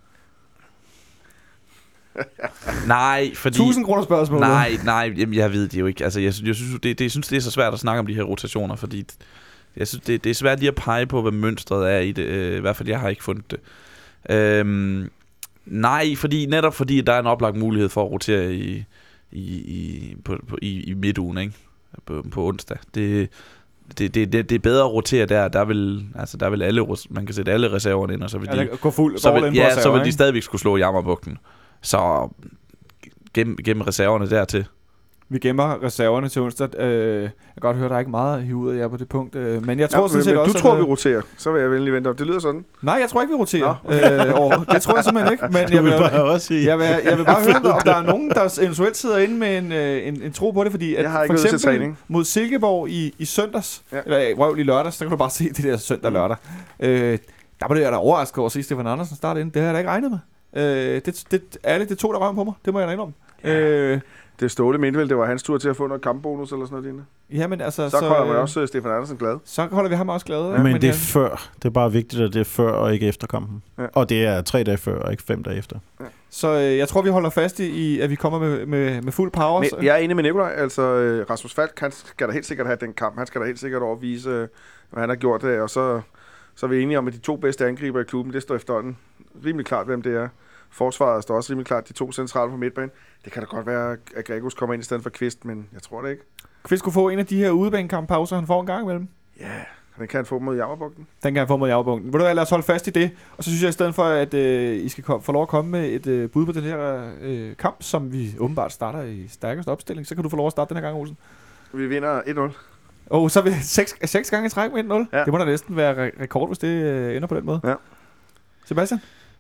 Nej, fordi... tusind kroner spørgsmål. Nej, nej, jamen, jeg ved det jo ikke. Altså, jeg, jeg, synes, det, det, jeg synes, det er så svært at snakke om de her rotationer, fordi jeg synes, det, det er svært lige at pege på, hvad mønstret er i det. Øh, I hvert fald, jeg har ikke fundet det. Øhm, Nej, fordi, netop fordi der er en oplagt mulighed for at rotere i, i, i, på, på, i, i midtugen, ikke? På, på onsdag. Det, det, det, det, det er bedre at rotere der. Der vil, altså, der vil alle, man kan sætte alle reserverne ind, og så vil de, ja, gå fuld, så vil, ja, reserver, så vil de ikke? stadigvæk skulle slå Jammerbugten. Så gennem, gennem reserverne dertil. Vi gemmer reserverne til onsdag. Øh, jeg kan godt høre, der er ikke meget at hive ud af jer på det punkt. Øh, men jeg tror ja, sådan set men også... Du tror, at, vi roterer. Så vil jeg venlig vente op. Det lyder sådan. Nej, jeg tror ikke, vi roterer. Øh, og det tror jeg simpelthen ikke. Men jeg vil, bare også sige. Jeg vil, jeg vil bare høre, om der er nogen, der eventuelt sidder inde med en, en, en tro på det. Fordi at jeg har ikke for eksempel til træning. mod Silkeborg i, i søndags, ja. eller røv i lørdags, så kan du bare se det der søndag-lørdag. Øh, der var det, jeg da overrasket over at se Stefan Andersen starte ind. Det har jeg da ikke regnet med. Øh, det, det, ærligt, det tog der røven på mig. Det må jeg da indrømme. Ja. Øh, Det Ståle mente vel, det var hans tur til at få noget kampbonus eller sådan noget lignende. Jamen, altså, så, så holder man også Stefan Andersen glad. Så holder vi ham også glad. Ja, men, men det er han... før. Det er bare vigtigt, at det er før og ikke efter kampen. Ja. Og det er tre dage før og ikke fem dage efter. Ja. Så øh, jeg tror, vi holder fast i, at vi kommer med, med, med fuld power. Men jeg er enig med Nikolaj. Altså, øh, Rasmus Falk, han skal da helt sikkert have den kamp. Han skal da helt sikkert overvise, øh, hvad han har gjort det. Og så, så er vi enige om, at de to bedste angriber i klubben, det står efterhånden rimelig klart, hvem det er. Forsvaret står også rimelig klart, de to centrale på midtbanen. Det kan da godt være, at Gregos kommer ind i stedet for Kvist, men jeg tror det ikke. Kvist kunne få en af de her udebanekampauser, han får en gang imellem. Ja, yeah, den kan han få mod Jammerbugten. Den kan han få mod Jammerbugten. Ved du hvad, lad os holde fast i det. Og så synes jeg, i stedet for, at øh, I skal kom, få lov at komme med et øh, bud på den her øh, kamp, som vi åbenbart starter i stærkeste opstilling, så kan du få lov at starte den her gang, Olsen. Vi vinder et nul. Og så er vi seks, seks gange i træk med et nul. Ja. Det må da næsten være re- rekord, hvis det øh, ender på den måde. Ja. Sebastian?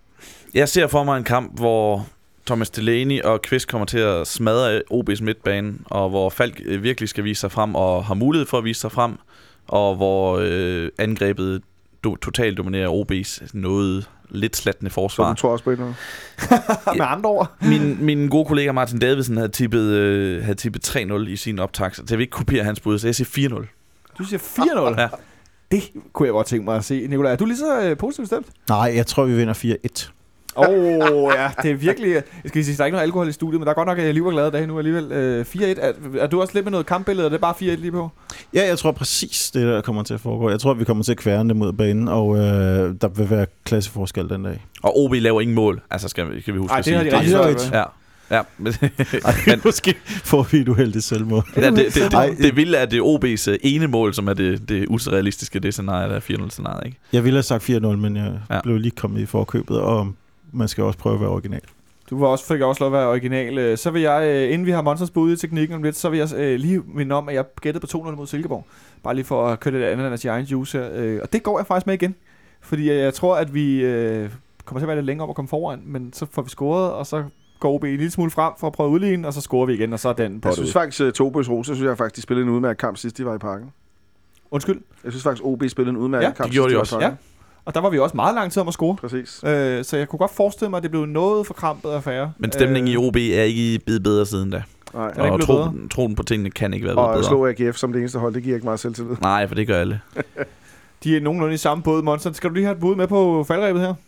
Jeg ser for mig en kamp, hvor Thomas Delaney og Kvist kommer til at smadre O B's midtbane, og hvor Falk virkelig skal vise sig frem, og har mulighed for at vise sig frem, og hvor øh, angrebet do, totalt dominerer O B's noget lidt slattende forsvar. Så du tror også på et nul? Med andre ord. Min, min gode kollega Martin Davidsen havde tippet, øh, havde tippet tre nul i sin optag, så jeg vil ikke kopiere hans bud, så jeg siger fire nul. Du siger fire nul? Ja. Det kunne jeg godt tænke mig at se. Nikolaj, er du lige så øh, positivt stemt? Nej, jeg tror, vi vinder fire et. Åh, oh, ja, det er virkelig... Jeg skal sige, der er ikke noget alkohol i studiet, men der er godt nok, at jeg lige var glad i dag nu alligevel. Øh, fire et. Er, er du også lidt med noget kampbillede, og det er bare fire et lige på? Ja, jeg tror præcis, det der kommer til at foregå. Jeg tror, vi kommer til at kværne det mod banen, og øh, der vil være klasseforskel den dag. Og O B laver ingen mål, altså skal vi, skal vi huske Ej, at det sige. har de rigtig Ja. Ja, men, men måske får vi et uheldigt selvmål. Ja, det, det, det, det, det vilde er det O B's ene mål, som er det, det urealistiske, det scenarie, der er fire nul scenariet, ikke? Jeg ville have sagt fire nul, men jeg ja. blev lige kommet i forkøbet, og man skal også prøve at være original. Du var også, fik også lov at være original. Så vil jeg, inden vi har Monsters på ude i teknikken om lidt, så vil jeg øh, lige minde om, at jeg gættede på to nul mod Silkeborg. Bare lige for at køre det andet end at egen juice her. Øh, og det går jeg faktisk med igen. Fordi jeg tror, at vi øh, kommer til at være lidt længere op og komme foran, men så får vi scoret, og så går O B en lille smule frem for at prøve at udligne, og så scorer vi igen, og så er den på Jeg det synes ud. faktisk, at Tobøs Rose, synes jeg faktisk, de spillede en udmærket kamp sidst, de var i parken. Undskyld? Jeg synes faktisk, O B spillede en udmærket Ja, kamp de gjorde sidst, de var også. i parken. Ja. Og der var vi også meget lang tid om at score. Præcis. Øh, så jeg kunne godt forestille mig, at det blev noget forkrampet affære. Men stemningen øh, i O B er ikke blevet bedre siden da. Nej. Den er ikke Og blevet tro, bedre. troen på tingene kan ikke være Og bedre. slå A G F som det eneste hold, det giver ikke meget selvtillid. Nej, for det gør alle. De er nogenlunde i samme båd, Monster. Skal du lige have et bud med på faldrebet her?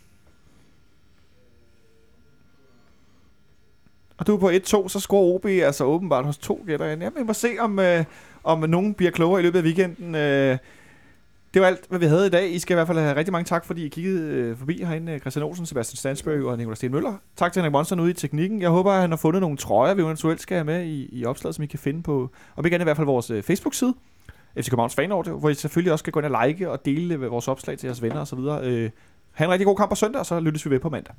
Og du er på et to, så scorer O B altså åbenbart hos to gætter. Jamen, vi må se, om, øh, om nogen bliver klogere i løbet af weekenden. Øh, det var alt, hvad vi havde i dag. I skal i hvert fald have rigtig mange tak, fordi I kiggede øh, forbi herinde. Christian Olsen, Sebastian Stansberg og Nikolaj Sten Møller. Tak til Henrik Monster ude i teknikken. Jeg håber, at han har fundet nogle trøjer, vi eventuelt skal have med i, i opslaget, som I kan finde på, om ikke andet i hvert fald vores øh, Facebook-side. F C Københavns Fanradio, hvor I selvfølgelig også kan gå ind og like og dele vores opslag til jeres venner osv. Øh, ha' en rigtig god kamp på søndag, og så lyttes vi ved på mandag.